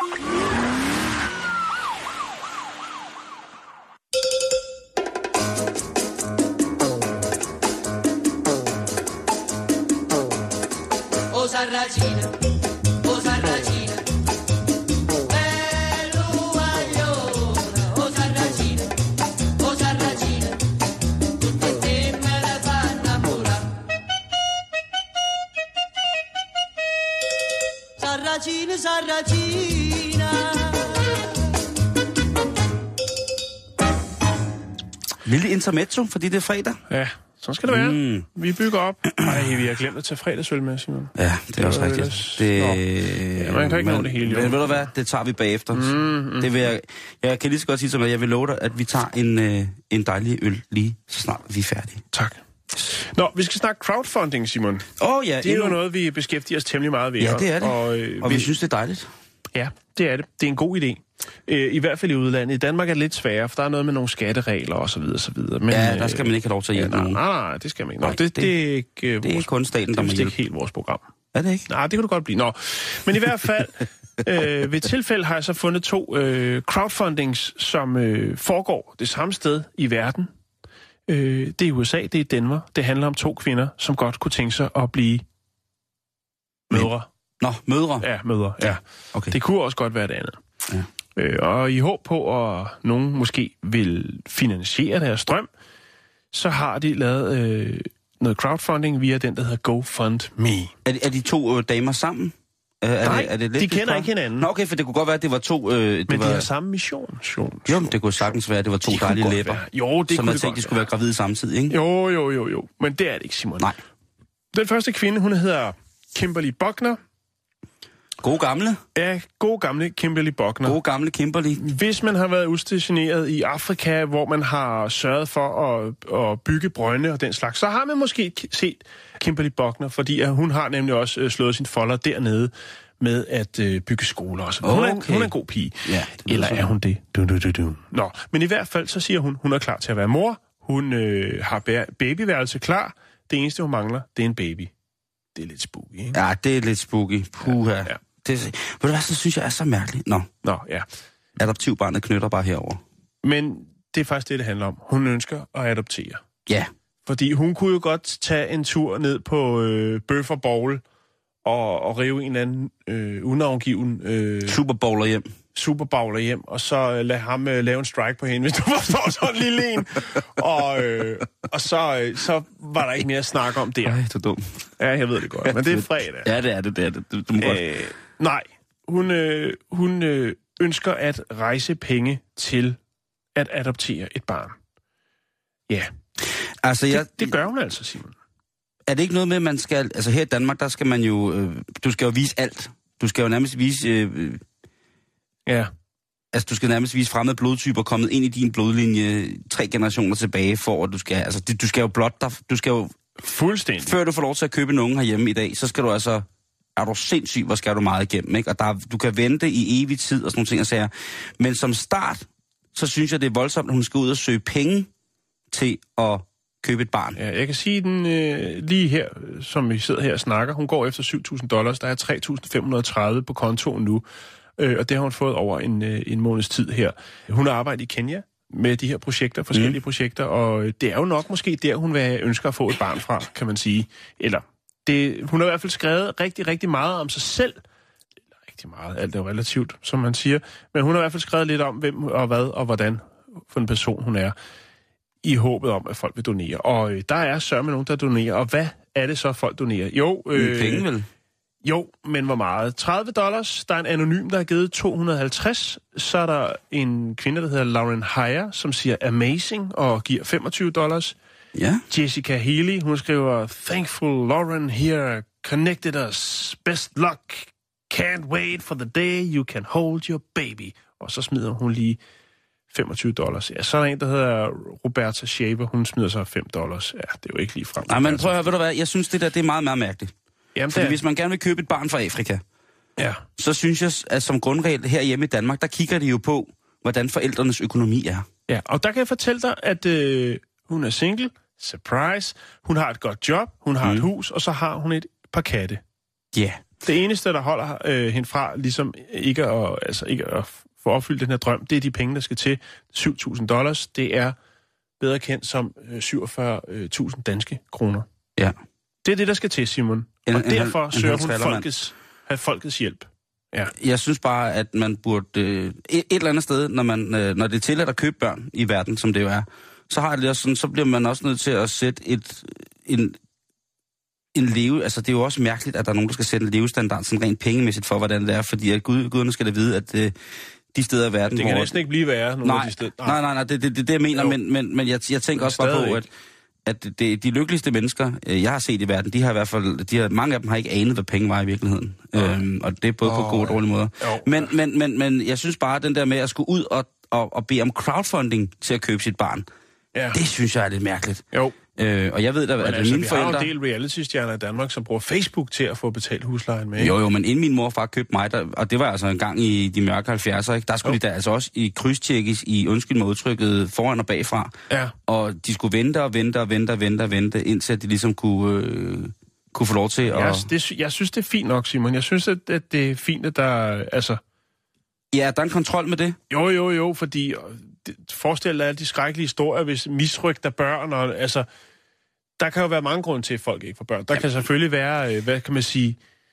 [SPEAKER 11] O Sarracina, o Sarracina, bello guagliona, o Sarracina, o Sarracina, tutte te me la fanno innamorare. Sarracina, Sarracina.
[SPEAKER 5] Lille intermezzo, fordi det er fredag.
[SPEAKER 6] Ja. Så skal det være. Mm. Vi bygger op. Ej, vi har glemt at tage fredagsøl med, Simon.
[SPEAKER 5] Ja, det er også rigtigt.
[SPEAKER 6] Ellers...
[SPEAKER 5] Det...
[SPEAKER 6] Ja, man kan ikke nå det hele.
[SPEAKER 5] Men ved du hvad, det tager vi bagefter. Mm, mm. Det vil jeg... Jeg kan lige så godt sige som, at jeg vil love dig, at vi tager en, øh, en dejlig øl lige så snart vi er færdige.
[SPEAKER 6] Tak. Nå, vi skal snakke crowdfunding, Simon.
[SPEAKER 5] Åh oh, ja.
[SPEAKER 6] Det er endnu... jo noget, vi beskæftiger os temmelig meget ved.
[SPEAKER 5] Ja, det er det.
[SPEAKER 6] Og, øh,
[SPEAKER 5] og vi... vi synes, det er dejligt.
[SPEAKER 6] Ja, det er det. Det er en god idé. I hvert fald i udlandet. I Danmark er det lidt sværere, for der er noget med nogle skatteregler og så videre, så videre. Men,
[SPEAKER 5] ja, der skal man ikke have lov til at hjælpe
[SPEAKER 6] ja,
[SPEAKER 5] nogen.
[SPEAKER 6] Nej, nej, det skal man ikke. Nå, nej, det, det, det er ikke
[SPEAKER 5] det
[SPEAKER 6] vores,
[SPEAKER 5] er kun staten, der må hjælpe.
[SPEAKER 6] Det er ikke helt vores program.
[SPEAKER 5] Er det ikke?
[SPEAKER 6] Nej, det kan du godt blive. Nå, men i hvert fald, øh, ved tilfælde har jeg så fundet to øh, crowdfundings, som øh, foregår det samme sted i verden. Øh, det er i U S A, det er i Denver. Det handler om to kvinder, som godt kunne tænke sig at blive mødre.
[SPEAKER 5] Nå, mødre?
[SPEAKER 6] Ja, mødre, ja.
[SPEAKER 5] Okay.
[SPEAKER 6] Det kunne også godt være det andet.
[SPEAKER 5] Ja.
[SPEAKER 6] Øh, og i håb på, at nogen måske vil finansiere deres strøm, så har de lavet øh, noget crowdfunding via den, der hedder GoFundMe.
[SPEAKER 5] Er de, er de to øh, damer sammen? Er,
[SPEAKER 6] Nej,
[SPEAKER 5] er det, er det
[SPEAKER 6] de kender ikke hinanden.
[SPEAKER 5] Nå, okay, for det kunne godt være, at det var to... Øh, det
[SPEAKER 6] men
[SPEAKER 5] var...
[SPEAKER 6] de har samme mission. mission.
[SPEAKER 5] Jo, men det kunne sagtens være, at det var to
[SPEAKER 6] de
[SPEAKER 5] dejlige læber.
[SPEAKER 6] Jo, det
[SPEAKER 5] som
[SPEAKER 6] kunne
[SPEAKER 5] jeg tænkte, de skulle være gravide samtidig, ikke?
[SPEAKER 6] Jo, jo, jo, jo. Men det er det ikke, Simon.
[SPEAKER 5] Nej.
[SPEAKER 6] Den første kvinde, hun hedder Kimberly Buckner.
[SPEAKER 5] God gamle.
[SPEAKER 6] Ja, god gamle Kimberly Buckner.
[SPEAKER 5] God gamle Kimberly.
[SPEAKER 6] Hvis man har været udstationeret i Afrika, hvor man har sørget for at, at bygge brønde og den slags, så har man måske set Kimberly Buckner, fordi hun har nemlig også slået sin folder dernede med at øh, bygge skoler og sådan. Okay. Hun, er, hun er en god pige.
[SPEAKER 5] Ja,
[SPEAKER 6] eller er hun det? Du, du, du, du. Nå, men i hvert fald så siger hun, hun er klar til at være mor. Hun øh, har babyværelse klar. Det eneste, hun mangler, det er en baby. Det er lidt spooky, ikke?
[SPEAKER 5] Ja, det er lidt spooky. Puha. Ja, ja. Det, ved du hvad, så synes jeg er så mærkeligt. Nå,
[SPEAKER 6] Nå ja.
[SPEAKER 5] Adoptivbarnet knytter bare herover.
[SPEAKER 6] Men det er faktisk det, det handler om. Hun ønsker at adoptere.
[SPEAKER 5] Ja.
[SPEAKER 6] Fordi hun kunne jo godt tage en tur ned på øh, Bøffer Bowl og, og rive en eller anden øh, unavngiven... Øh,
[SPEAKER 5] Superbowler hjem.
[SPEAKER 6] Superbowler hjem, og så øh, lade ham øh, lave en strike på hende, hvis du forstår sådan en lille en. Og, øh, og så, øh, så var der ikke mere at snakke om der.
[SPEAKER 5] Ej, du er dum.
[SPEAKER 6] Ja, jeg ved det godt, men det er fredag.
[SPEAKER 5] Ja, det er det, det er det. Du, du må øh, godt.
[SPEAKER 6] Nej, hun, øh, hun øh, ønsker at rejse penge til at adoptere et barn. Ja.
[SPEAKER 5] Altså, jeg,
[SPEAKER 6] det, det gør hun altså, Simon.
[SPEAKER 5] Er det ikke noget med, at man skal... Altså her i Danmark, der skal man jo... Øh, du skal jo vise alt. Du skal jo nærmest vise... Øh,
[SPEAKER 6] ja.
[SPEAKER 5] Altså, du skal nærmest vise fremmede blodtyper kommet ind i din blodlinje tre generationer tilbage, for at du skal... Altså, du skal jo blot dig... Du skal jo...
[SPEAKER 6] Fuldstændig.
[SPEAKER 5] Før du får lov til at købe en unge herhjemme i dag, så skal du altså... Er du sindssyg, hvor skal du meget igennem, ikke? Og der, du kan vente i evig tid og sådan nogle ting, og sager. Men som start, så synes jeg, det er voldsomt, at hun skal ud og søge penge til at købe et barn.
[SPEAKER 6] Ja, jeg kan sige den øh, lige her, som vi sidder her og snakker. Hun går efter syv tusind dollars. Der er tre tusind fem hundrede og tredive på kontoen nu. Øh, og det har hun fået over en, øh, en måneds tid her. Hun har arbejdet i Kenya med de her projekter, forskellige mm. projekter, og det er jo nok måske der, hun vil ønsker at få et barn fra, kan man sige. Eller, det, hun har i hvert fald skrevet rigtig, rigtig meget om sig selv. Rigtig meget, alt er jo relativt, som man siger. Men hun har i hvert fald skrevet lidt om, hvem og hvad og hvordan for en person hun er, i håbet om, at folk vil donere. Og øh, der er sørme nogen, der donerer. Og hvad er det så, folk donerer? Jo, øh,
[SPEAKER 5] penge vel?
[SPEAKER 6] Jo, men hvor meget? tredive dollars. Der er en anonym, der har givet to hundrede og halvtreds. Så er der en kvinde, der hedder Lauren Heyer, som siger amazing og giver femogtyve dollars.
[SPEAKER 5] Ja.
[SPEAKER 6] Jessica Healy, hun skriver, thankful Lauren here, connected us. Best luck. Can't wait for the day you can hold your baby. Og så smider hun lige femogtyve dollars. Ja, så er der en, der hedder Roberta Shaver. Hun smider så fem dollars. Ja, det er jo ikke lige frem.
[SPEAKER 5] Nej, men prøv at høre, ved du hvad? Jeg synes, det der det er meget, meget mærkeligt. Jamen, fordi er... hvis man gerne vil købe et barn fra Afrika,
[SPEAKER 6] ja.
[SPEAKER 5] så synes jeg, at som grundregel herhjemme i Danmark, der kigger de jo på, hvordan forældrenes økonomi er.
[SPEAKER 6] Ja, og der kan jeg fortælle dig, at øh, hun er single. Surprise. Hun har et godt job, hun har mm. et hus, og så har hun et par katte.
[SPEAKER 5] Ja. Yeah.
[SPEAKER 6] Det eneste, der holder øh, hende fra, ligesom ikke at, altså ikke at få opfyldt den her drøm, det er de penge, der skal til. syv tusind dollars, det er bedre kendt som øh, syvogfyrre tusind danske kroner.
[SPEAKER 5] Ja.
[SPEAKER 6] Det er det, der skal til, Simon.
[SPEAKER 5] En,
[SPEAKER 6] og derfor
[SPEAKER 5] en,
[SPEAKER 6] søger
[SPEAKER 5] en
[SPEAKER 6] hun folkets, have folkets hjælp. Ja.
[SPEAKER 5] Jeg synes bare, at man burde øh, et, et eller andet sted, når, man, øh, når det er tilladt at købe børn i verden, som det jo er, så har det også sådan, så bliver man også nødt til at sætte et, en, en leve... Altså, det er jo også mærkeligt, at der er nogen, der skal sætte en levestandard sådan rent pengemæssigt for, hvordan det er, fordi at Gud, guderne skal da vide, at øh, de steder i verden...
[SPEAKER 6] Det kan
[SPEAKER 5] hvor,
[SPEAKER 6] næsten ikke blive værre, nogle
[SPEAKER 5] nej,
[SPEAKER 6] af de steder.
[SPEAKER 5] Nej, nej, nej, nej det er det, det, det, jeg mener, men, men, men jeg, jeg tænker også bare på, at, at det, de lykkeligste mennesker, jeg har set i verden, de har i hvert fald... De har, mange af dem har ikke anet, hvad penge var i virkeligheden. Ja. Øhm, og det er både oh, på gode og dårlige måder. Men, men, men, men jeg synes bare, at den der med at skulle ud og, og, og bede om crowdfunding til at købe sit barn, ja. Det synes jeg er lidt mærkeligt.
[SPEAKER 6] Jo.
[SPEAKER 5] Øh, og jeg ved da, at
[SPEAKER 6] altså,
[SPEAKER 5] mine
[SPEAKER 6] vi
[SPEAKER 5] forældre...
[SPEAKER 6] Vi har jo en del reality-stjerner i Danmark, som bruger Facebook til at få betalt huslejen med. Ikke?
[SPEAKER 5] Jo, jo, men inden min mor og far købte mig, der, og det var altså en gang i de mørke halvfjerdser, ikke? Der skulle jo. De da altså også i krydstjekkes i, undskyld mig udtrykket, foran og bagfra. Ja. Og de skulle vente og vente og vente og vente og vente, indtil de ligesom kunne, øh, kunne få lov til at...
[SPEAKER 6] Jeg, det, jeg synes, det er fint nok, Simon. Jeg synes, at, at det er fint, at der... Altså...
[SPEAKER 5] Ja, der er en kontrol med det.
[SPEAKER 6] Jo, jo, jo, fordi... Forestil dig alle de skrækkelige historier, hvis misrygter børn, og altså... Der kan jo være mange grunde til, at folk ikke får børn. Der ja. Kan selvfølgelig være, hvad kan man sige,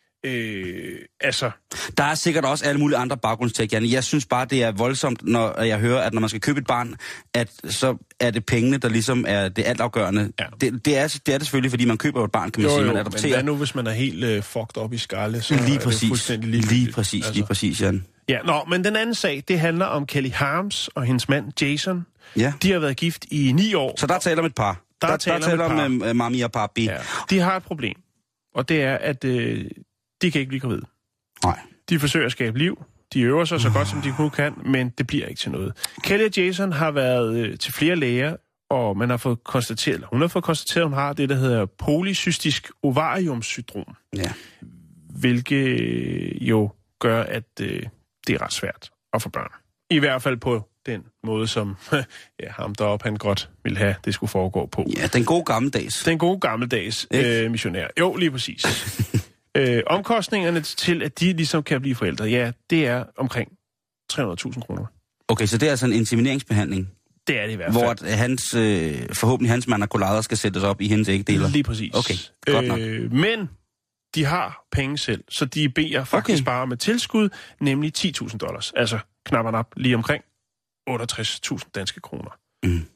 [SPEAKER 6] øh, altså...
[SPEAKER 5] Der er sikkert også alle mulige andre baggrundstæk, Janne. Jeg synes bare, det er voldsomt, når jeg hører, at når man skal købe et barn, at så er det pengene, der ligesom er det altafgørende. Ja. Det, det, er, det er det selvfølgelig, fordi man køber et barn, kan man jo, sige, man adopterer.
[SPEAKER 6] Men hvad nu, hvis man er helt øh, fucked op i skalle? Så
[SPEAKER 5] lige
[SPEAKER 6] er
[SPEAKER 5] præcis,
[SPEAKER 6] det fuldstændig lige,
[SPEAKER 5] lige præcis, altså. lige præcis, Jan.
[SPEAKER 6] Ja, nå, men den anden sag, det handler om Kelly Harms og hendes mand Jason. Ja. De har været gift i ni år.
[SPEAKER 5] Så der taler om et par. Der, der taler, taler om uh, mami og papi. Ja.
[SPEAKER 6] De har et problem, og det er, at øh, de kan ikke blive gravid.
[SPEAKER 5] Nej.
[SPEAKER 6] De forsøger at skabe liv. De øver sig så godt, som de nu kan, men det bliver ikke til noget. Kelly og Jason har været øh, til flere læger, og man har fået konstateret, eller hun har fået konstateret, at hun har det, der hedder polycystisk ovariumsyndrom.
[SPEAKER 5] Ja.
[SPEAKER 6] Hvilket jo gør, at øh, det er ret svært at få børn. I hvert fald på den måde, som ja, ham deroppe, han godt ville have, det skulle foregå på.
[SPEAKER 5] Ja, den gode gammeldags.
[SPEAKER 6] Den gode gammeldags øh, missionær. Jo, lige præcis. øh, omkostningerne til, at de ligesom kan blive forældre, ja, det er omkring tre hundrede tusind kroner.
[SPEAKER 5] Okay, så det er altså en insemineringsbehandling?
[SPEAKER 6] Det er det i hvert fald.
[SPEAKER 5] Hvor at hans, øh, forhåbentlig hans manakulader skal sættes op i hendes ægdeler?
[SPEAKER 6] Lige præcis.
[SPEAKER 5] Okay, godt nok.
[SPEAKER 6] Øh, men de har penge selv, så de beder faktisk okay. bare med tilskud, nemlig ti tusind dollars. Altså knapper op lige omkring otteogtres tusind danske kroner. Mm.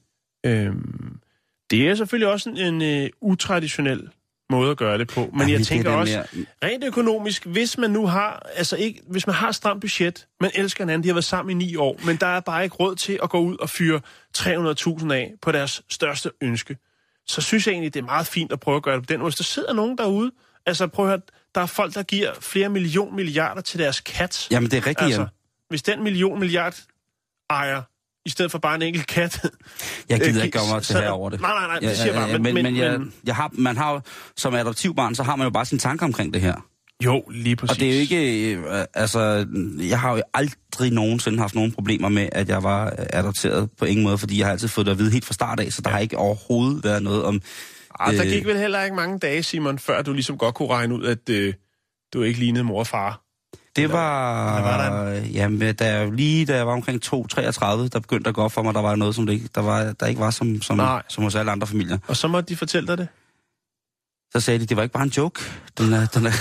[SPEAKER 6] Øhm, det er selvfølgelig også en, en uh, utraditionel måde at gøre det på, men Ej, jeg tænker også, mere... rent økonomisk, hvis man nu har, altså ikke, hvis man har et stramt budget, man elsker hinanden, de har været sammen i ni år, men der er bare ikke råd til at gå ud og fyre tre hundrede tusind af på deres største ønske, så synes jeg egentlig, det er meget fint at prøve at gøre det på den måde. Hvis der sidder nogen derude, altså prøv at høre, der er folk, der giver flere million milliarder til deres kat.
[SPEAKER 5] Jamen det er rigtigt,
[SPEAKER 6] altså, hvis den million milliard ejer, i stedet for bare en enkelt kat.
[SPEAKER 5] Jeg gider ikke gøre mig til her over det.
[SPEAKER 6] Nej, nej, nej, det siger
[SPEAKER 5] ja, ja,
[SPEAKER 6] bare. Men,
[SPEAKER 5] men,
[SPEAKER 6] men,
[SPEAKER 5] men, jeg, jeg har, man har jo, som adoptivbarn, så har man jo bare sine tanker omkring det her.
[SPEAKER 6] Jo, lige præcis.
[SPEAKER 5] Og det er jo ikke, øh, altså, jeg har jo aldrig nogensinde haft nogen problemer med, at jeg var adopteret på ingen måde, fordi jeg har altid fået det at vide helt fra start af, så der ja. har ikke overhovedet været noget om...
[SPEAKER 6] Arh, der gik vel heller ikke mange dage, Simon, før du ligesom godt kunne regne ud, at øh, du ikke lignede mor og far.
[SPEAKER 5] Det var,
[SPEAKER 6] Eller var der
[SPEAKER 5] jamen, da jeg, lige da jeg var omkring to treogtredive, der begyndte at gå op for mig, der var noget, som det ikke, der, var, der ikke var som, som, som hos alle andre familier.
[SPEAKER 6] Og så måtte de fortælle dig det?
[SPEAKER 5] Så sagde de, det var ikke bare en joke. Den er, den er,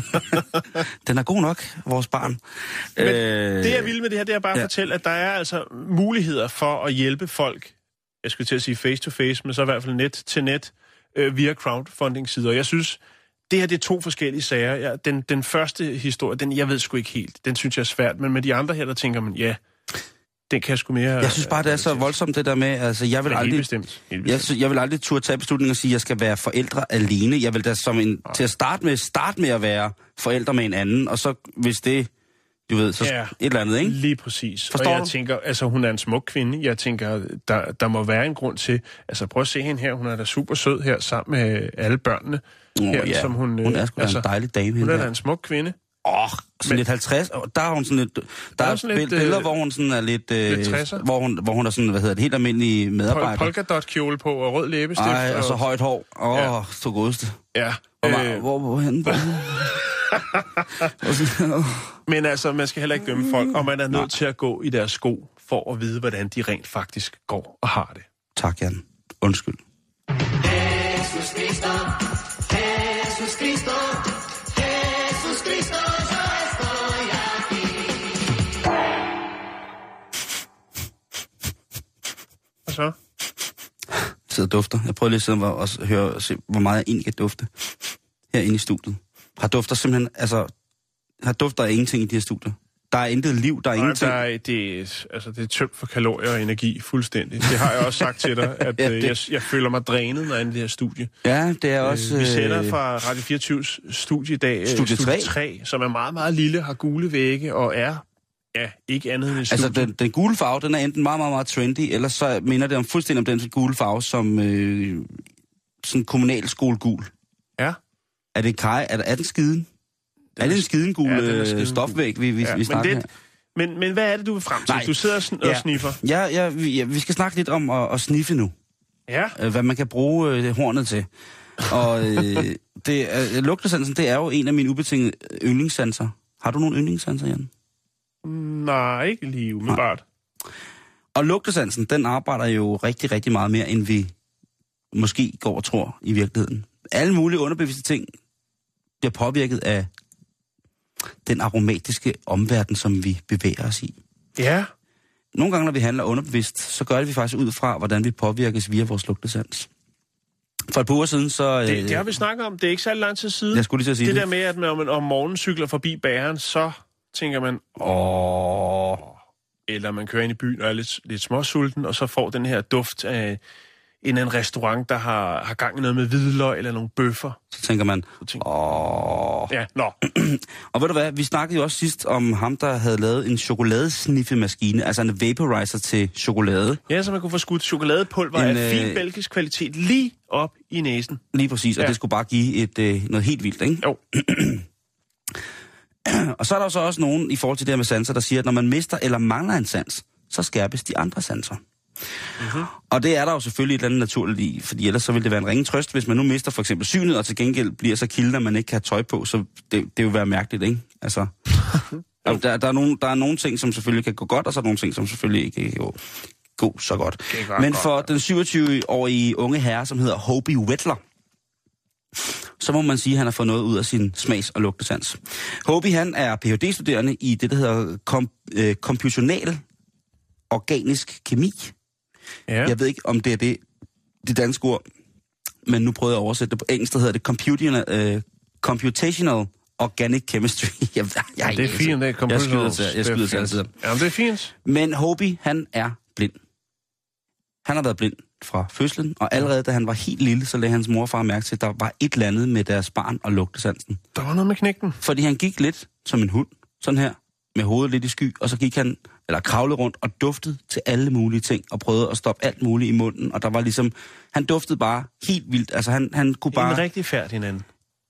[SPEAKER 5] den er god nok, vores barn.
[SPEAKER 6] Men øh, det jeg vil med det her, det er bare at ja. fortælle, at der er altså muligheder for at hjælpe folk, jeg skulle til at sige face to face, men så i hvert fald net til net, øh, via crowdfunding-sider. Jeg synes, det her det er to forskellige sager. Ja, den, den første historie, den jeg ved sgu ikke helt, den synes jeg er svært, men med de andre her, der tænker man, ja, den kan jeg sgu mere...
[SPEAKER 5] Jeg synes bare, det er så voldsomt, det der med, altså, jeg vil
[SPEAKER 6] ja,
[SPEAKER 5] aldrig...
[SPEAKER 6] Helt bestemt. Helt bestemt.
[SPEAKER 5] Jeg, jeg vil aldrig turde tage beslutningen og sige, at jeg skal være forældre alene. Jeg vil da som en, til at starte med, starte med at være forældre med en anden, og så hvis det, du ved, så
[SPEAKER 6] ja,
[SPEAKER 5] et eller andet, ikke?
[SPEAKER 6] Lige præcis.
[SPEAKER 5] Forstår
[SPEAKER 6] og jeg
[SPEAKER 5] du?
[SPEAKER 6] tænker, altså hun er en smuk kvinde. Jeg tænker, der, der må være en grund til... Altså prøv at se hende her, hun er da super sød her, sammen med alle børnene.
[SPEAKER 5] Oh,
[SPEAKER 6] her,
[SPEAKER 5] ja.
[SPEAKER 6] som hun,
[SPEAKER 5] hun er sgu
[SPEAKER 6] altså,
[SPEAKER 5] en dejlig dame.
[SPEAKER 6] Hun er
[SPEAKER 5] her.
[SPEAKER 6] da en smuk kvinde.
[SPEAKER 5] Åh, oh, sådan men, lidt halvtreds. Der er hun sådan lidt... Der, der er, er sådan lidt, billeder, øh, hvor hun sådan er lidt... Øh,
[SPEAKER 6] lidt
[SPEAKER 5] hvor, hun, hvor hun er sådan, hvad hedder det, helt almindelig medarbejder.
[SPEAKER 6] Pol- polkadot-kjole på og rød læbestift.
[SPEAKER 5] Ej, og, og så
[SPEAKER 6] og...
[SPEAKER 5] højt hår. Åh, oh,
[SPEAKER 6] ja.
[SPEAKER 5] så godeste.
[SPEAKER 6] Ja.
[SPEAKER 5] Hvor, øh... hvor, hvor hen?
[SPEAKER 6] Men altså, man skal heller ikke dømme folk, og man er nødt Nej. til at gå i deres sko, for at vide, hvordan de rent faktisk går og har det.
[SPEAKER 5] Tak, Jan. Undskyld.
[SPEAKER 11] Jesus Cristo, Jesus Cristo, Jesus Cristo, yo estoy aquí.
[SPEAKER 6] Hvad så?
[SPEAKER 5] Jeg sidder og dufter. Jeg prøver lige at sidde og høre og se, hvor meget jeg egentlig kan dufte herinde i studiet. Har dufter simpelthen, altså, har dufter af ingenting i de her studier. Der er intet liv, der er
[SPEAKER 6] Nej,
[SPEAKER 5] ingenting.
[SPEAKER 6] Der er, det, er, altså, det er tømt for kalorier og energi, fuldstændig. Det har jeg også sagt til dig, at ja, det... jeg, jeg føler mig drænet, når jeg er i det her studie.
[SPEAKER 5] Ja, det er også...
[SPEAKER 6] Øh, vi sender fra Radio fireogtyves studie i dag,
[SPEAKER 5] studie,
[SPEAKER 6] studie tre, som er meget, meget lille, har gule vægge og er, ja, ikke andet end et studie.
[SPEAKER 5] Altså, den, den gule farve, den er enten meget, meget, meget trendy, eller så minder det om fuldstændig om den gule farve, som øh, sådan kommunalskolegul.
[SPEAKER 6] Ja.
[SPEAKER 5] Er det kaj? Er, er den skiden? Er det en skidengul ja, stofvæg, vi, vi, ja, vi snakker her?
[SPEAKER 6] Men, men hvad er det, du vil frem til? Nej. Du sidder og, sn- ja. og sniffer.
[SPEAKER 5] Ja, ja, vi, ja, vi skal snakke lidt om at, at sniffe nu.
[SPEAKER 6] Ja.
[SPEAKER 5] Øh, hvad man kan bruge øh, hornet til. Og øh, det, øh, lugtesansen, det er jo en af mine ubetingede yndlingssanser. Har du nogle yndlingssanser, Jan?
[SPEAKER 6] Nej, ikke lige umiddelbart.
[SPEAKER 5] Og lugtesansen, den arbejder jo rigtig, rigtig meget mere, end vi måske går og tror i virkeligheden. Alle mulige underbevidste ting bliver påvirket af den aromatiske omverden, som vi bevæger os i.
[SPEAKER 6] Ja.
[SPEAKER 5] Nogle gange, når vi handler underbevidst, så gør det vi faktisk ud fra, hvordan vi påvirkes via vores lugtesans. For et par uger siden, så...
[SPEAKER 6] Det, det har vi snakket om. Det er ikke så lang tid siden.
[SPEAKER 5] Jeg skulle lige så sige
[SPEAKER 6] det.
[SPEAKER 5] Det
[SPEAKER 6] der med, at når man om morgenen cykler forbi bageren, så tænker man...
[SPEAKER 5] Åh...
[SPEAKER 6] Eller man kører ind i byen og er lidt, lidt småsulten, og så får den her duft af en eller anden restaurant, der har, har gang i noget med hvidløg eller nogle bøffer.
[SPEAKER 5] Så tænker man... Åh...
[SPEAKER 6] Ja, nå.
[SPEAKER 5] Og ved du hvad, vi snakkede jo også sidst om ham, der havde lavet en chokoladesniffemaskine, altså en vaporizer til chokolade.
[SPEAKER 6] Ja, så man kunne få skudt chokoladepulver en, af fin øh... belgisk kvalitet lige op i næsen.
[SPEAKER 5] Lige præcis, og ja. Det skulle bare give et, øh, noget helt vildt, ikke?
[SPEAKER 6] Jo.
[SPEAKER 5] Og så er der jo så også nogen i forhold til det her med sanser, der siger, at når man mister eller mangler en sans, så skærpes de andre sanser. Mm-hmm. Og det er der jo selvfølgelig et eller andet naturligt i, fordi ellers så vil det være en ringe trøst, hvis man nu mister for eksempel synet, og til gengæld bliver så kilden, at man ikke kan have tøj på, så det, det vil være mærkeligt, ikke? Altså, der, der, er nogle, der er nogle ting, som selvfølgelig kan gå godt, og så er nogle ting, som selvfølgelig ikke kan gå, gå så godt. Men for godt, ja. Den syvogtyve-årige unge herre, som hedder Hobie Wettler, så må man sige, at han har fået noget ud af sin smags- og lugtesans. Hobie, han er P H D-studerende i det, der hedder kom, øh, computational organisk kemi. Ja. Jeg ved ikke, om det er det, det danske ord, men nu prøvede jeg at oversætte det på engelsk, der hedder det computational, øh, computational organic chemistry. jeg, jeg, jeg,
[SPEAKER 6] det er fint, det er
[SPEAKER 5] jeg skyder til, jeg skyder til altid.
[SPEAKER 6] Ja, det er fint.
[SPEAKER 5] Men Hobie, han er blind. Han har været blind fra fødslen, og allerede da han var helt lille, så lagde hans mor og far mærke til, at der var et eller andet med deres barn og lugtesansen.
[SPEAKER 6] Der var noget med knægten.
[SPEAKER 5] Fordi han gik lidt som en hund, sådan her, med hovedet lidt i sky, og så gik han, eller kravlede rundt og duftede til alle mulige ting, og prøvede at stoppe alt muligt i munden, og der var ligesom, han duftede bare helt vildt, altså han, han kunne bare...
[SPEAKER 6] En rigtig færd hinanden.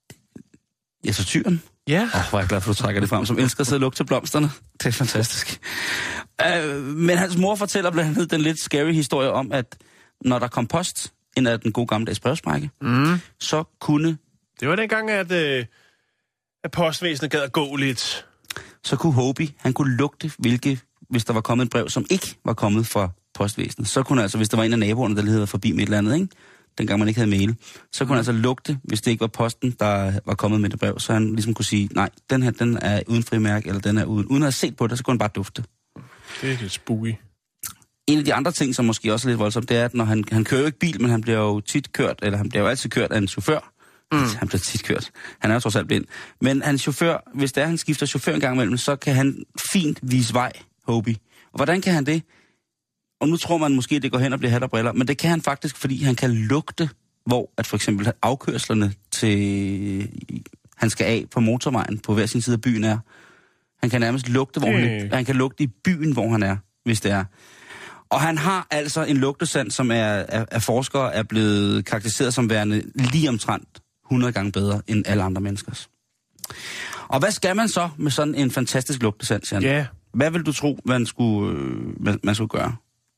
[SPEAKER 5] Ja, så tyren.
[SPEAKER 6] Ja.
[SPEAKER 5] Åh, oh, hvor er jeg glad for, at du trækker det frem, som elsker at sidde og lugte til blomsterne. Det er fantastisk. Uh, men hans mor fortæller blandt andet den lidt scary historie om, at når der kom post ind af den gode gammeldags brevsprække, mm. så kunne...
[SPEAKER 6] Det var dengang, at, øh, at postvæsenet gad at gå lidt.
[SPEAKER 5] Så kunne Hobie, han kunne lugte, hvilke, hvis der var kommet et brev, som ikke var kommet fra postvæsenet. Så kunne altså, hvis der var en af naboerne, der lige havde forbi med et eller andet, ikke? Dengang man ikke havde mail, så kunne han altså lugte, hvis det ikke var posten, der var kommet med det brev, så han ligesom kunne sige, nej, den her, den er uden frimærke, eller den er uden. Uden at have set på det, så kunne han bare dufte.
[SPEAKER 6] Det er lidt spooky.
[SPEAKER 5] En af de andre ting, som måske også er lidt voldsomt, det er, at når han, han kører jo ikke bil, men han bliver jo tit kørt, eller han bliver jo altid kørt af en chauffør. Mm. Han bliver tit kørt. Han er jo trods alt blind. Men hans chauffør, hvis det er, han skifter chauffør en gang imellem, så kan han fint vise vej, Hobie. Og hvordan kan han det? Og nu tror man måske, at det går hen og bliver hat og briller, men det kan han faktisk, fordi han kan lugte, hvor at for eksempel afkørslerne til han skal af på motorvejen på hver sin side af byen er. Han kan nærmest lugte, hvor
[SPEAKER 6] øh.
[SPEAKER 5] han, han kan lugte i byen, hvor han er, hvis det er. Og han har altså en lugtesand, som er, af, af forskere er blevet karakteriseret som værende lige omtrent hundrede gange bedre end alle andre menneskers. Og hvad skal man så med sådan en fantastisk lugtesand, Jan?
[SPEAKER 6] Ja.
[SPEAKER 5] Hvad vil du tro, man skulle, øh, man, man skulle gøre?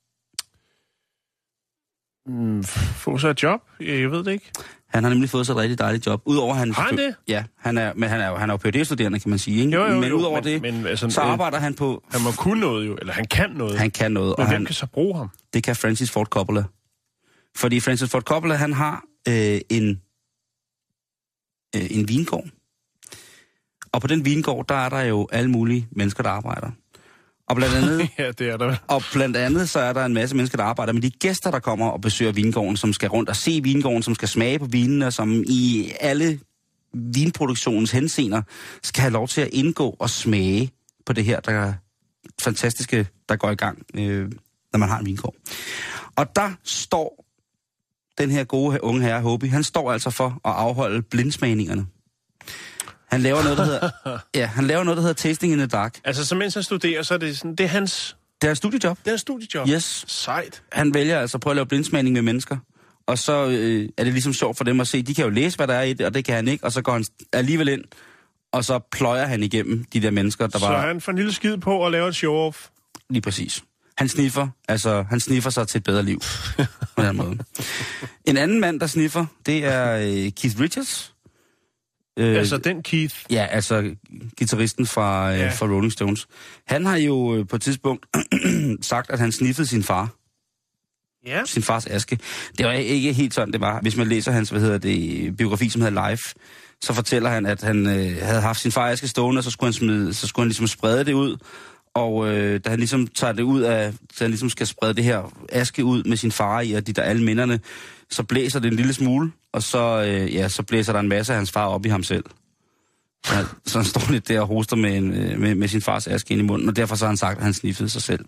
[SPEAKER 6] Mm, få sig et job? Jeg ved det ikke.
[SPEAKER 5] Han har nemlig fået sig et rigtig dejligt job. Udover han...
[SPEAKER 6] Har han det?
[SPEAKER 5] Ja, han er, men han er jo, han er jo P H D-studerende, kan man sige. Ikke?
[SPEAKER 6] Jo, jo,
[SPEAKER 5] men
[SPEAKER 6] jo,
[SPEAKER 5] udover
[SPEAKER 6] men,
[SPEAKER 5] det,
[SPEAKER 6] men, altså,
[SPEAKER 5] så arbejder han på...
[SPEAKER 6] Han må kunne noget jo, eller han kan noget.
[SPEAKER 5] Han kan noget.
[SPEAKER 6] Men
[SPEAKER 5] og
[SPEAKER 6] hvem
[SPEAKER 5] han,
[SPEAKER 6] kan så bruge ham?
[SPEAKER 5] Det kan Francis Ford Coppola. Fordi Francis Ford Coppola, han har øh, en, øh, en vingård. Og på den vingård, der er der jo alle mulige mennesker, der arbejder. Og blandt andet,
[SPEAKER 6] ja, det er der.
[SPEAKER 5] Og blandt andet, så er der en masse mennesker, der arbejder med de gæster, der kommer og besøger vingården, som skal rundt og se vingården, som skal smage på vinene, som i alle vinproduktionens henseender skal have lov til at indgå og smage på det her, der er fantastiske, der går i gang, øh, når man har en vingård. Og der står den her gode unge herre, Hobie, han står altså for at afholde blindsmagningerne. Han laver noget, der hedder, ja, han laver noget, der hedder Tasting in the Dark.
[SPEAKER 6] Altså, så mens han studerer, så er det sådan, det er hans...
[SPEAKER 5] Det er et studiejob.
[SPEAKER 6] Det er et studiejob?
[SPEAKER 5] Yes.
[SPEAKER 6] Sejt.
[SPEAKER 5] Han vælger altså at prøve at lave blindsmagning med mennesker. Og så øh, er det ligesom sjovt for dem at se, de kan jo læse, hvad der er i det, og det kan han ikke. Og så går han alligevel ind, og så pløjer han igennem de der mennesker, der
[SPEAKER 6] så
[SPEAKER 5] bare...
[SPEAKER 6] Så han får en lille skid på og laver et show-off?
[SPEAKER 5] Lige præcis. Han sniffer, altså han sniffer sig til et bedre liv. På den måde. En anden mand, der sniffer, det er øh, Keith Richards.
[SPEAKER 6] Øh, altså den Keith?
[SPEAKER 5] Ja, altså guitaristen fra, øh, ja. fra Rolling Stones. Han har jo øh, på et tidspunkt sagt, at han sniffede sin far.
[SPEAKER 6] Ja.
[SPEAKER 5] Sin fars aske. Det var ikke helt sådan, det var. Hvis man læser hans, hvad hedder det, biografi, som hedder Life, så fortæller han, at han øh, havde haft sin far aske stående, og så skulle han, smide, så skulle han ligesom sprede det ud. Og øh, da han ligesom tager det ud af, så han ligesom skal sprede det her aske ud med sin far i, og de der alle minderne, så blæser det en lille smule, og så, øh, ja, så blæser der en masse af hans far op i ham selv. Så, så han står lidt der og hoster med, en, med, med sin fars aske ind i munden, og derfor så har han sagt, at han sniffede sig selv.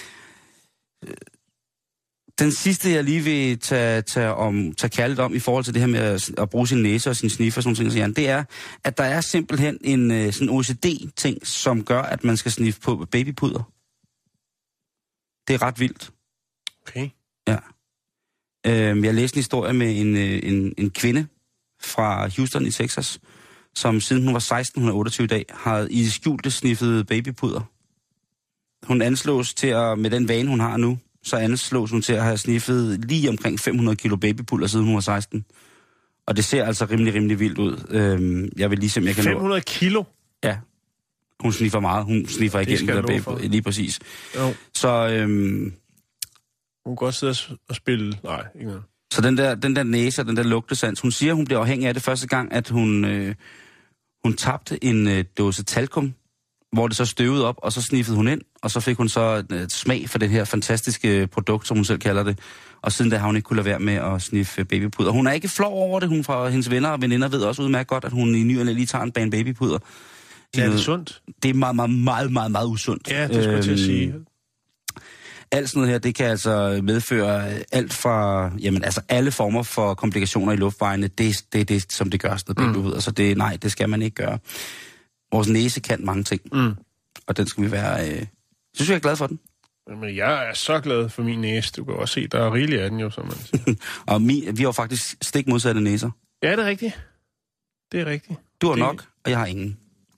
[SPEAKER 5] Den sidste, jeg lige vil tage, tage, om, tage kærligt om i forhold til det her med at, at bruge sin næse og sin sniffer, sådan ting, sådan, det er, at der er simpelthen en sådan O C D-ting, som gør, at man skal sniffe på babypuder. Det er ret vildt.
[SPEAKER 6] Okay.
[SPEAKER 5] Ja. Øhm, jeg læste en historie med en, en, en kvinde fra Houston i Texas, som siden hun var seksten otteogtyve dag, har i skjulte sniffet babypuder. Hun anslås til at, med den vane, hun har nu, så anslås hun til at have sniffet lige omkring fem hundrede kilo babypulver, siden hun var seksten. Og det ser altså rimelig, rimelig vildt ud. Øhm, jeg vil lige se, om jeg kan
[SPEAKER 6] fem hundrede kilo?
[SPEAKER 5] Ja. Hun sniffer meget. Hun sniffer igennem det der baby. Lige præcis.
[SPEAKER 6] Jo.
[SPEAKER 5] Så, øhm,
[SPEAKER 6] hun kan godt sidde og spille... Nej, ikke noget.
[SPEAKER 5] Så den der, den der næse og den der lugtesans, hun siger, hun bliver afhængig af det første gang, at hun, øh, hun tabte en øh, dåse talkum, hvor det så støvede op, og så sniffede hun ind, og så fik hun så et smag for det her fantastiske produkt, som hun selv kalder det. Og siden da har hun ikke kunne lade være med at sniffe babypuder. Hun er ikke flov over det. Hun fra hendes venner og veninder ved også udmærket godt, at hun i ny og næ lige tager en bane babypuder.
[SPEAKER 6] Ja, det er sundt.
[SPEAKER 5] Det er meget, meget, meget, meget, meget usundt.
[SPEAKER 6] Ja, det skulle jeg til at sige.
[SPEAKER 5] Alt sådan noget her, det kan altså medføre alt fra, jamen altså alle former for komplikationer i luftvejene. Det er det, det, som det gør sådan noget babypuder. Mm. Så det, nej, det skal man ikke gøre. Vores næse kan mange ting. Mm. Og den skal vi være... Øh, synes jeg er glad for den.
[SPEAKER 6] Men jeg er så glad for min næse. Du kan også se, der er rigeligt af den jo, som man siger.
[SPEAKER 5] Og mi, vi har faktisk stik modsatte næser.
[SPEAKER 6] Ja, det er rigtigt. Det er rigtigt.
[SPEAKER 5] Du har
[SPEAKER 6] det...
[SPEAKER 5] nok, og jeg har ingen.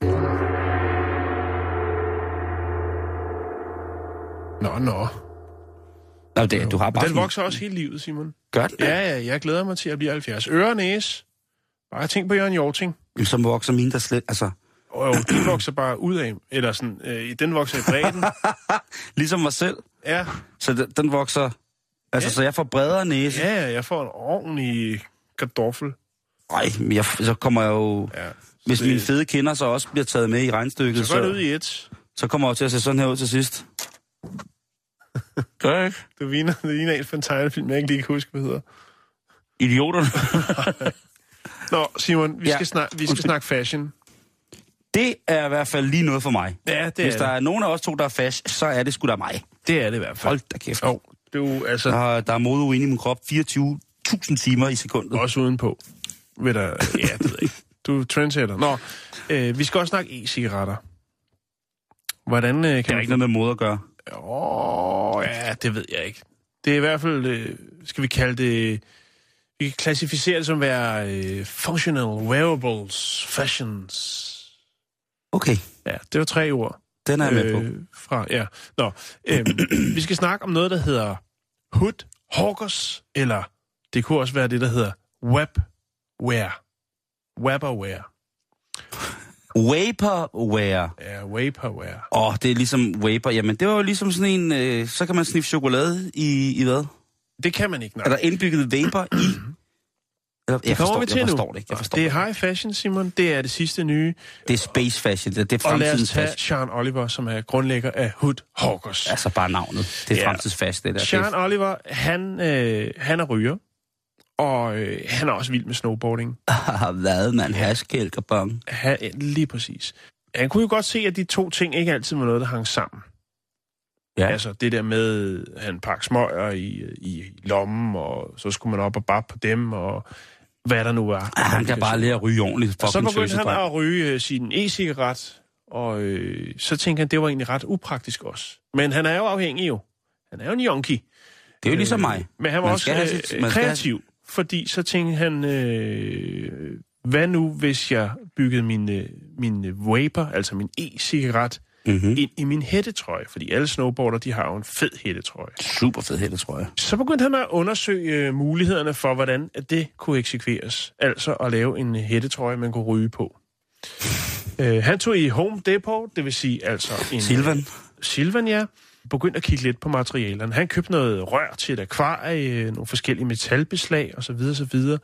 [SPEAKER 6] Nå, nå.
[SPEAKER 5] Nå, det, du har bare
[SPEAKER 6] den
[SPEAKER 5] sådan...
[SPEAKER 6] vokser også hele livet, Simon.
[SPEAKER 5] Gør den?
[SPEAKER 6] Ja, ja, jeg glæder mig til at blive halvfjerds. Øre og næse. Bare tænk på Jørgen Hjorting.
[SPEAKER 5] Som vokser mine, der slet... Altså...
[SPEAKER 6] Og jo, de vokser bare ud af. Eller sådan, øh, den vokser i bredden.
[SPEAKER 5] Ligesom mig selv?
[SPEAKER 6] Ja.
[SPEAKER 5] Så den, den vokser... Altså, ja. Så jeg får bredere næse?
[SPEAKER 6] Ja, jeg får en ordentlig kartoffel.
[SPEAKER 5] Nej, men jeg, så kommer jeg jo... Ja, hvis det... mine fede kinder så også bliver taget med i regnstykket,
[SPEAKER 6] så går det ud i et.
[SPEAKER 5] Så kommer jeg til at se sådan her ud til sidst. Gør jeg ikke?
[SPEAKER 6] Du ligner, det ligner en fra en tegnefilm, jeg ikke lige kan huske, hvad hedder.
[SPEAKER 5] Idioterne.
[SPEAKER 6] Nå, Simon, vi skal, ja. snak, vi skal snakke fashion.
[SPEAKER 5] Det er i hvert fald lige noget for mig.
[SPEAKER 6] Ja, det
[SPEAKER 5] Hvis
[SPEAKER 6] er
[SPEAKER 5] der
[SPEAKER 6] det.
[SPEAKER 5] er nogen af os to, der er fast, så er det sgu da mig.
[SPEAKER 6] Det er det i hvert fald.
[SPEAKER 5] Hold da kæft.
[SPEAKER 6] Jo, det er jo altså...
[SPEAKER 5] Der, der er modeuge inde i min krop fireogtyve tusind timer i sekundet.
[SPEAKER 6] Også udenpå. Ved der... Ja, det ved jeg ikke. Du er trendsetter. Nå, øh, vi skal også snakke e-cigaretter. Hvordan øh, kan
[SPEAKER 5] det er
[SPEAKER 6] man...
[SPEAKER 5] ikke noget med mode at gøre.
[SPEAKER 6] Åh, oh, ja, det ved jeg ikke. Det er i hvert fald, øh, skal vi kalde det... Vi kan klassificere det som at være øh, functional wearables, fashions.
[SPEAKER 5] Okay.
[SPEAKER 6] Ja, det var tre ord.
[SPEAKER 5] Den er jeg med på.
[SPEAKER 6] Fra, ja. Nå, øh, vi skal snakke om noget, der hedder hood hawkers, eller det kunne også være det, der hedder webware. Webberware.
[SPEAKER 5] Vaporware.
[SPEAKER 6] Ja, vaporware.
[SPEAKER 5] Åh, oh, det er ligesom vapor. Jamen, det var jo ligesom sådan en... Øh, så kan man sniffe chokolade i, i hvad?
[SPEAKER 6] Det kan man ikke, nej.
[SPEAKER 5] Er der indbygget vapor i? Eller,
[SPEAKER 6] det kommer vi til
[SPEAKER 5] jeg
[SPEAKER 6] nu.
[SPEAKER 5] forstår det ikke. Jeg forstår
[SPEAKER 6] det er high fashion, Simon. Det er det sidste nye.
[SPEAKER 5] Det er space fashion. Det er, det er
[SPEAKER 6] og lad os
[SPEAKER 5] fremtidens
[SPEAKER 6] tage
[SPEAKER 5] fashion.
[SPEAKER 6] Sean Oliver, som er grundlægger af Hood Hawkers.
[SPEAKER 5] Altså bare navnet. Det er ja. fremtidens fashion, det der.
[SPEAKER 6] Sean
[SPEAKER 5] det er...
[SPEAKER 6] Oliver, han, øh, han er ryger. Og øh, han er også vild med snowboarding.
[SPEAKER 5] Hvad, man? Haskælkerbong.
[SPEAKER 6] Ha, lige præcis. Han kunne jo godt se, at de to ting ikke altid var noget, der hang sammen.
[SPEAKER 5] Ja.
[SPEAKER 6] Altså det der med, at han pakker smøger i, i lommen, og så skulle man op og bare på dem, og hvad der nu var.
[SPEAKER 5] Ah, han kan bare lære at ryge ordentligt.
[SPEAKER 6] Og så begyndte han at ryge øh, sin e-cigaret, og øh, så tænkte han, det var egentlig ret upraktisk også. Men han er jo afhængig jo. Han er jo en junkie.
[SPEAKER 5] Det er jo ligesom mig.
[SPEAKER 6] Øh, men han var
[SPEAKER 5] man
[SPEAKER 6] også øh, sit, kreativ, have... fordi så tænkte han, øh, hvad nu hvis jeg byggede min, øh, min vapor, altså min e-cigaret, mm-hmm. ind i min hættetrøje, fordi alle snowboarder, de har jo en fed hættetrøje.
[SPEAKER 5] Super fed hættetrøje.
[SPEAKER 6] Så begyndte han at undersøge mulighederne for, hvordan det kunne eksekveres. Altså at lave en hættetrøje, man kunne ryge på. uh, han tog i Home Depot, det vil sige altså en...
[SPEAKER 5] Silvan.
[SPEAKER 6] Silvan, ja. Begyndte at kigge lidt på materialerne. Han købte noget rør til et akvarie, nogle forskellige metalbeslag osv. osv.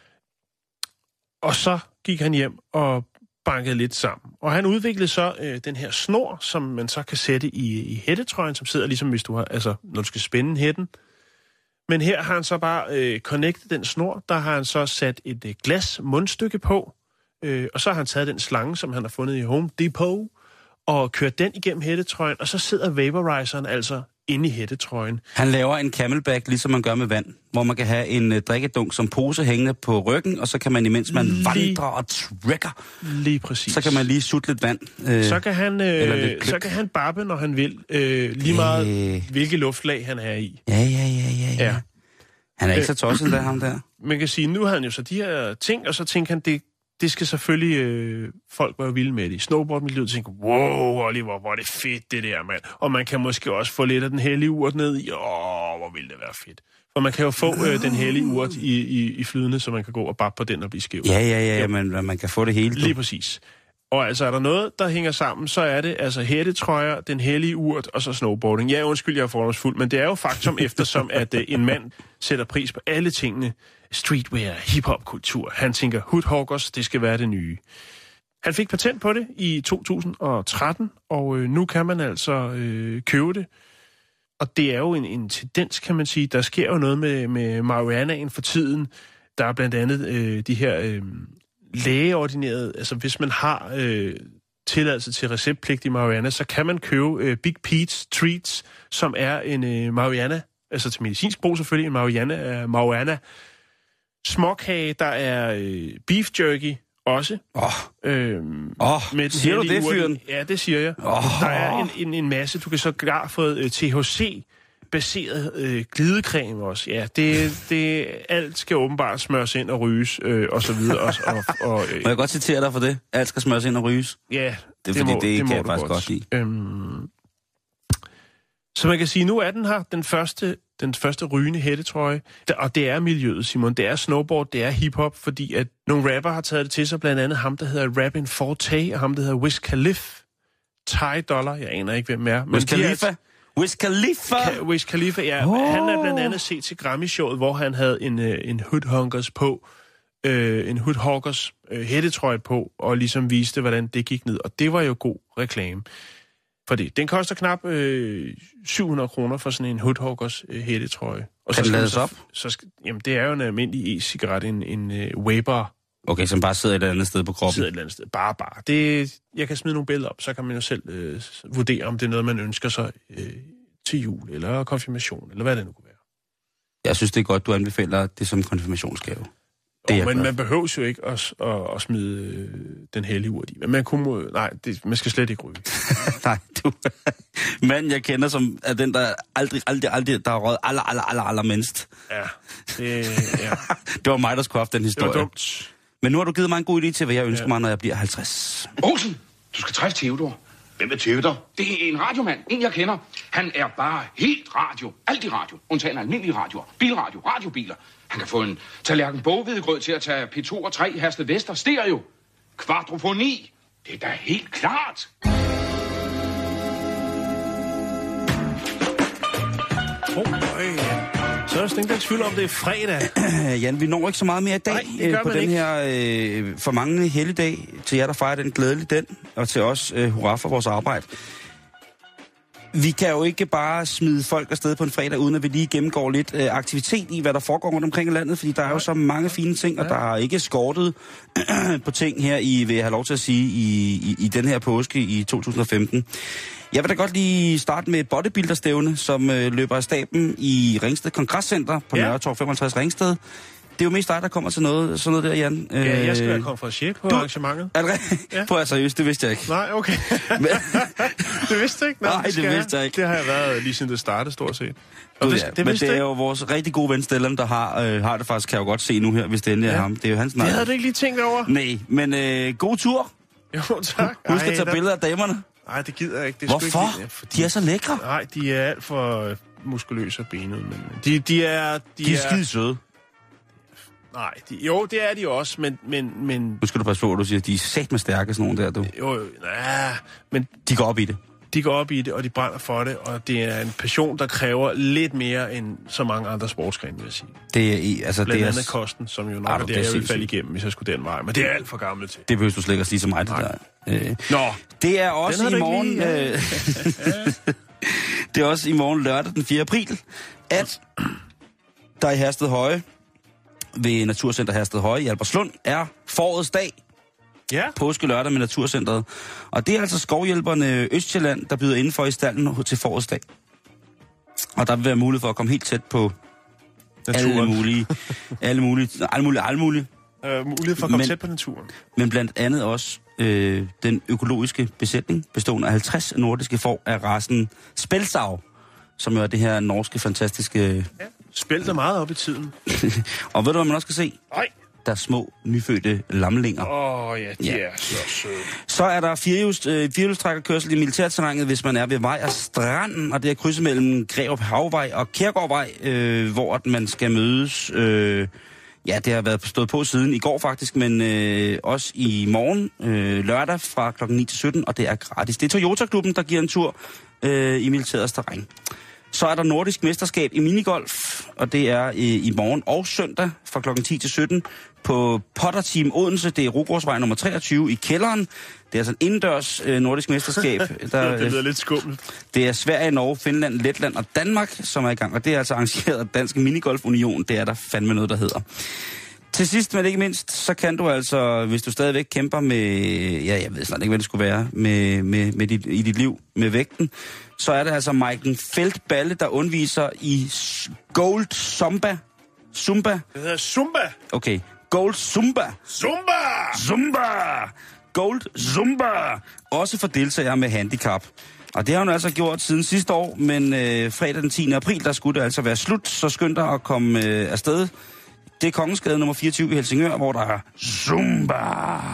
[SPEAKER 6] Og så gik han hjem og bankede lidt sammen. Og han udviklede så øh, den her snor, som man så kan sætte i, i hættetrøjen, som sidder ligesom hvis du har, altså når du skal spænde hætten. Men her har han så bare øh, connectet den snor, der har han så sat et øh, glas mundstykke på, øh, og så har han taget den slange, som han har fundet i Home Depot, og kørt den igennem hættetrøjen, og så sidder vaporizeren altså inde i hættetrøjen.
[SPEAKER 5] Han laver en camelback, ligesom man gør med vand, hvor man kan have en uh, drikkedunk som pose hængende på ryggen, og så kan man, imens man lige, vandrer og trækker,
[SPEAKER 6] lige præcis.
[SPEAKER 5] Så kan man lige sutte lidt vand. Øh,
[SPEAKER 6] så, kan han, øh, så kan han babbe, når han vil, øh, lige meget øh. hvilke luftlag han er i.
[SPEAKER 5] Ja, ja, ja, ja. ja.
[SPEAKER 6] ja.
[SPEAKER 5] Han er ikke så tosset, der ham der.
[SPEAKER 6] Man kan sige, nu har han jo så de her ting, og så tænker han, det, det skal selvfølgelig... Øh, folk var jo vilde med det. I snowboardmiljøet tænker, wow, Oliver, hvor er det fedt, det der, mand. Og man kan måske også få lidt af den hellige urt ned i. Åh, hvor ville det være fedt. For man kan jo få øh, den hellige urt i, i, i flydende, så man kan gå og bare på den og blive skæv.
[SPEAKER 5] Ja, ja, ja, ja. Men man kan få det hele.
[SPEAKER 6] Lige præcis. Og altså, er der noget, der hænger sammen, så er det altså hættetrøjer, den hellige urt og så snowboarding. Ja, undskyld, jeg er fordomsfuld, men det er jo faktum eftersom, at øh, en mand sætter pris på alle tingene. Streetwear, hip-hop-kultur. Han tænker, Hood Hawkers, det skal være det nye. Han fik patent på det i to tusind og tretten, og øh, nu kan man altså øh, købe det. Og det er jo en, en tendens, kan man sige. Der sker jo noget med, med marihuanaen for tiden. Der er blandt andet øh, de her øh, lægeordinerede, altså hvis man har øh, tilladelse til receptpligtig marihuana, så kan man købe øh, Big Pete's Treats, som er en øh, marihuana, altså til medicinsk brug selvfølgelig, en marihuana, øh, marihuana småkage, der er øh, beef jerky også.
[SPEAKER 5] Åh, oh.
[SPEAKER 6] øhm,
[SPEAKER 5] oh.
[SPEAKER 6] med
[SPEAKER 5] siger du det, fyren?
[SPEAKER 6] Ja, det siger jeg. Oh. Der er en, en, en masse. Du kan så klart få øh, T H C-baseret øh, glidecreme også. Ja, det, det, alt skal åbenbart smøres ind og ryges, øh, og så videre. Og, og, og, øh,
[SPEAKER 5] må jeg godt citere dig for det? Alt skal smøres ind og ryges?
[SPEAKER 6] Ja,
[SPEAKER 5] det er
[SPEAKER 6] det
[SPEAKER 5] fordi,
[SPEAKER 6] må,
[SPEAKER 5] det, det kan jeg faktisk
[SPEAKER 6] godt,
[SPEAKER 5] godt lide.
[SPEAKER 6] Øhm, så man kan sige, nu er den her, den første, den første rygende hættetrøje, og det er miljøet, Simon. Det er snowboard, det er hiphop, fordi at nogle rapper har taget det til sig, blandt andet ham, der hedder Rappin' Forte, og ham, der hedder Wiz Khalifa. Ty Dollar, jeg aner ikke, hvem er.
[SPEAKER 5] Wiz Khalifa? Wiz Khalifa?
[SPEAKER 6] Ka- Wiz Khalifa, ja. Oh. Han er blandt andet set til Grammy-showet, hvor han havde en, en Hood Hawkers på, øh, en Hood Hawkers øh, hættetrøje på, og ligesom viste, hvordan det gik ned. Og det var jo god reklame. Fordi den koster knap øh, syv hundrede kroner for sådan en Hood Hawkers øh, hættetrøje. Og
[SPEAKER 5] kan
[SPEAKER 6] så
[SPEAKER 5] den lades
[SPEAKER 6] så,
[SPEAKER 5] op?
[SPEAKER 6] Så skal, jamen, det er jo en almindelig e-cigaret, en, en uh, vapor
[SPEAKER 5] Okay, som bare sidder et eller andet sted på kroppen?
[SPEAKER 6] Sidder et eller andet sted. Bare, bare. Det, jeg kan smide nogle billeder op, så kan man jo selv øh, vurdere, om det er noget, man ønsker sig øh, til jul, eller konfirmation, eller hvad det nu kunne være.
[SPEAKER 5] Jeg synes, det er godt, du anbefaler det som konfirmationsgave.
[SPEAKER 6] Det oh, men man behøver jo ikke at, at, at smide øh, den hellige urt i. Men man kunne... Nej, det, man skal slet ikke ryge.
[SPEAKER 5] Nej, du... Manden, jeg kender, som er den, der aldrig, aldrig, aldrig, der har røget aller, aller, aller, aller mindst.
[SPEAKER 6] Ja, det... Ja.
[SPEAKER 5] Det var mig, der skulle have haft den historie.
[SPEAKER 6] Det var dumt.
[SPEAKER 5] Men nu har du givet mig en god idé til, hvad jeg ønsker ja. mig, når jeg bliver halvtreds.
[SPEAKER 12] Olsen, du skal træffe Theodor. Hvem er Theodor? Det er en radiomand, en jeg kender. Han er bare helt radio. Alt i radio. Undtagen almindelige radioer. Bilradio, radiobiler. Han kan få en tallerken boghvedegrød til at tage P to og tre Hersted Vester stereo. Kvadrofoni. Det er da helt klart.
[SPEAKER 6] Oh, øj, ja. Så er der ikke tvivl om, det er fredag.
[SPEAKER 5] Jan, vi når ikke så meget mere i dag.
[SPEAKER 6] Nej, det gør
[SPEAKER 5] på
[SPEAKER 6] man
[SPEAKER 5] den
[SPEAKER 6] ikke.
[SPEAKER 5] her øh, for mange helligdag. Til jer, der fejrer den glædelige den. Og til os, øh, hurra for vores arbejde. Vi kan jo ikke bare smide folk afsted på en fredag, uden at vi lige gennemgår lidt øh, aktivitet i, hvad der foregår rundt omkring i landet. Fordi der er jo så mange fine ting, og der er ikke skortet på ting her, i, vil jeg have lov til at sige, i, i, i den her påske i to tusind og femten. Jeg vil da godt lige starte med bodybuilderstævne, som øh, løber af staben i Ringsted Kongresscenter på ja. Nørretorv femoghalvtreds Ringsted. Det er jo mest dig, der kommer til noget, sådan noget der, Jan.
[SPEAKER 6] Ja, jeg skal være konferencier på du, arrangementet.
[SPEAKER 5] Er det rigtigt? Ja. Prøv at seriøst, det vidste jeg ikke.
[SPEAKER 6] Nej, okay. det vidste jeg ikke?
[SPEAKER 5] Nej, det, det vidste jeg ikke.
[SPEAKER 6] Det har jeg været lige siden det startede, stort set.
[SPEAKER 5] Og det, ja, det men det er jo vores rigtig gode ven Stellan, der har, øh, har det faktisk, kan jeg jo godt se nu her, hvis det endelig er ja. ham. Det er jo hans navn.
[SPEAKER 6] Det havde du ikke lige tænkt over.
[SPEAKER 5] Nej, men øh, god tur.
[SPEAKER 6] Jo, tak.
[SPEAKER 5] Husk at tage der... billeder af damerne.
[SPEAKER 6] Nej, det gider jeg ikke. Det
[SPEAKER 5] Hvorfor?
[SPEAKER 6] Ikke, fordi...
[SPEAKER 5] De er så lækre.
[SPEAKER 6] Nej, de er alt for muskuløse og benede. Men de, de er... De,
[SPEAKER 5] de er, er skide søde.
[SPEAKER 6] Nej, de, jo, det er de også, men... men, men...
[SPEAKER 5] Nu skal du passe på, at du siger, at de er sat med stærke, sådan nogle der, du.
[SPEAKER 6] Jo, jo, nej, men...
[SPEAKER 5] De går op i det.
[SPEAKER 6] De går op i det, og de brænder for det, og det er en passion, der kræver lidt mere end så mange andre sportsgrene, vil jeg sige.
[SPEAKER 5] Det er... Altså,
[SPEAKER 6] Blandt
[SPEAKER 5] det er...
[SPEAKER 6] andet kosten, som jo nok er det, jeg vil falde igennem, hvis jeg skulle den vej. Men det er alt for gammelt til.
[SPEAKER 5] Det behøver du slet ikke at sige til mig, det der. Øh,
[SPEAKER 6] Nå.
[SPEAKER 5] Det er også i morgen... Lige, ja. øh, det er også i morgen lørdag den fjerde april, at der i Hersted Høje, ved Naturcenter Hersted Høje i Albertslund, er forårets dag.
[SPEAKER 6] Ja.
[SPEAKER 5] Påske lørdag med Naturcentret. Og det er altså skovhjælperne Østjylland, der byder indenfor i stallen til forårets dag. Og der vil være mulighed for at komme helt tæt på naturen. alle mulige, alle mulige, alle mulige, alle mulige.
[SPEAKER 6] Øh, mulighed for at komme men, tæt på naturen.
[SPEAKER 5] Men blandt andet også øh, den økologiske besætning, bestående af halvtreds nordiske får af rasen Spelsau, som jo er det her norske fantastiske...
[SPEAKER 6] Ja, spældte meget op i tiden.
[SPEAKER 5] Og ved du, hvad man også kan se?
[SPEAKER 6] Nej.
[SPEAKER 5] Der er små, nyfødte lamlinger.
[SPEAKER 6] Åh, oh, ja, de ja. er så søde.
[SPEAKER 5] Så er der firehjulstrækkerkørsel i militærterrænet, hvis man er ved vej og stranden, og det er krydset mellem Grærup Havvej og Kærgårdvej, øh, hvor man skal mødes. Øh, ja, det har været stået på siden i går faktisk, men øh, også i morgen, øh, lørdag fra klokken ni til sytten, og det er gratis. Det er Toyota-klubben, der giver en tur øh, i militærets terræn. Så er der nordisk mesterskab i minigolf, og det er i, i morgen og søndag fra klokken ti til sytten på Potter Team Odense. Det er Rugårdsvej nummer treogtyve i kælderen. Det er altså en indendørs øh, nordisk mesterskab. Der,
[SPEAKER 6] det lyder lidt skummelt.
[SPEAKER 5] Det er Sverige, Norge, Finland, Letland og Danmark, som er i gang. Og det er altså arrangeret af Dansk Minigolf Union. Det er der fandme noget, der hedder. Til sidst, men ikke mindst, så kan du altså, hvis du stadigvæk kæmper med, ja, jeg ved snart ikke, hvad det skulle være, med, med, med dit, i dit liv, med vægten, så er det altså Maiken Feltballe, der underviser i Gold Zumba. Zumba?
[SPEAKER 6] Det hedder Zumba.
[SPEAKER 5] Okay. Gold Zumba.
[SPEAKER 6] Zumba!
[SPEAKER 5] Zumba! Gold Zumba! Også for deltagere med handicap. Og det har hun altså gjort siden sidste år, men øh, fredag den tiende april, der skulle det altså være slut, så skynd dig at komme øh, afsted. Det er Kongensgade nummer fireogtyve i Helsingør, hvor der er Zumba.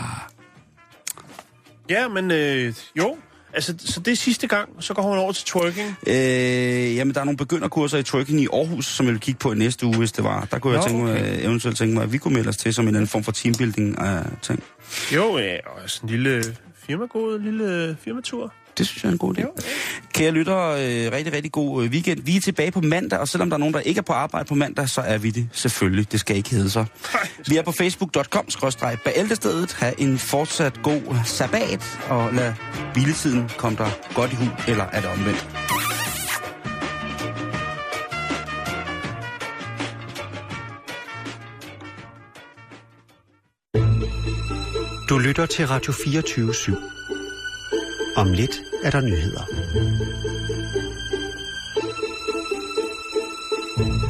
[SPEAKER 6] Ja, men øh, jo. Altså, så det er sidste gang, så går hun over til twerking?
[SPEAKER 5] Øh, jamen, der er nogle begynderkurser i twerking i Aarhus, som jeg vil kigge på i næste uge, hvis det var. Der kunne Nå, jeg tænke mig, okay. eventuelt tænke mig, at vi kunne melde os til som en anden form for teambuilding af ting.
[SPEAKER 6] Jo, ja, og sådan en lille firmagode, lille firmatur.
[SPEAKER 5] Det synes jeg er en god idé. Jo, ja. Kære lyttere, øh, rigtig, rigtig god øh, weekend. Vi er tilbage på mandag, og selvom der er nogen, der ikke er på arbejde på mandag, så er vi det selvfølgelig. Det skal ikke hedde sig. Vi er på facebook punktum com skråstreg bæltestedet. Ha' en fortsat god sabbat, og lad hviletiden komme der godt i hu, eller er det omvendt.
[SPEAKER 3] Du lytter til Radio fireogtyve syv. Om lidt er der nyheder.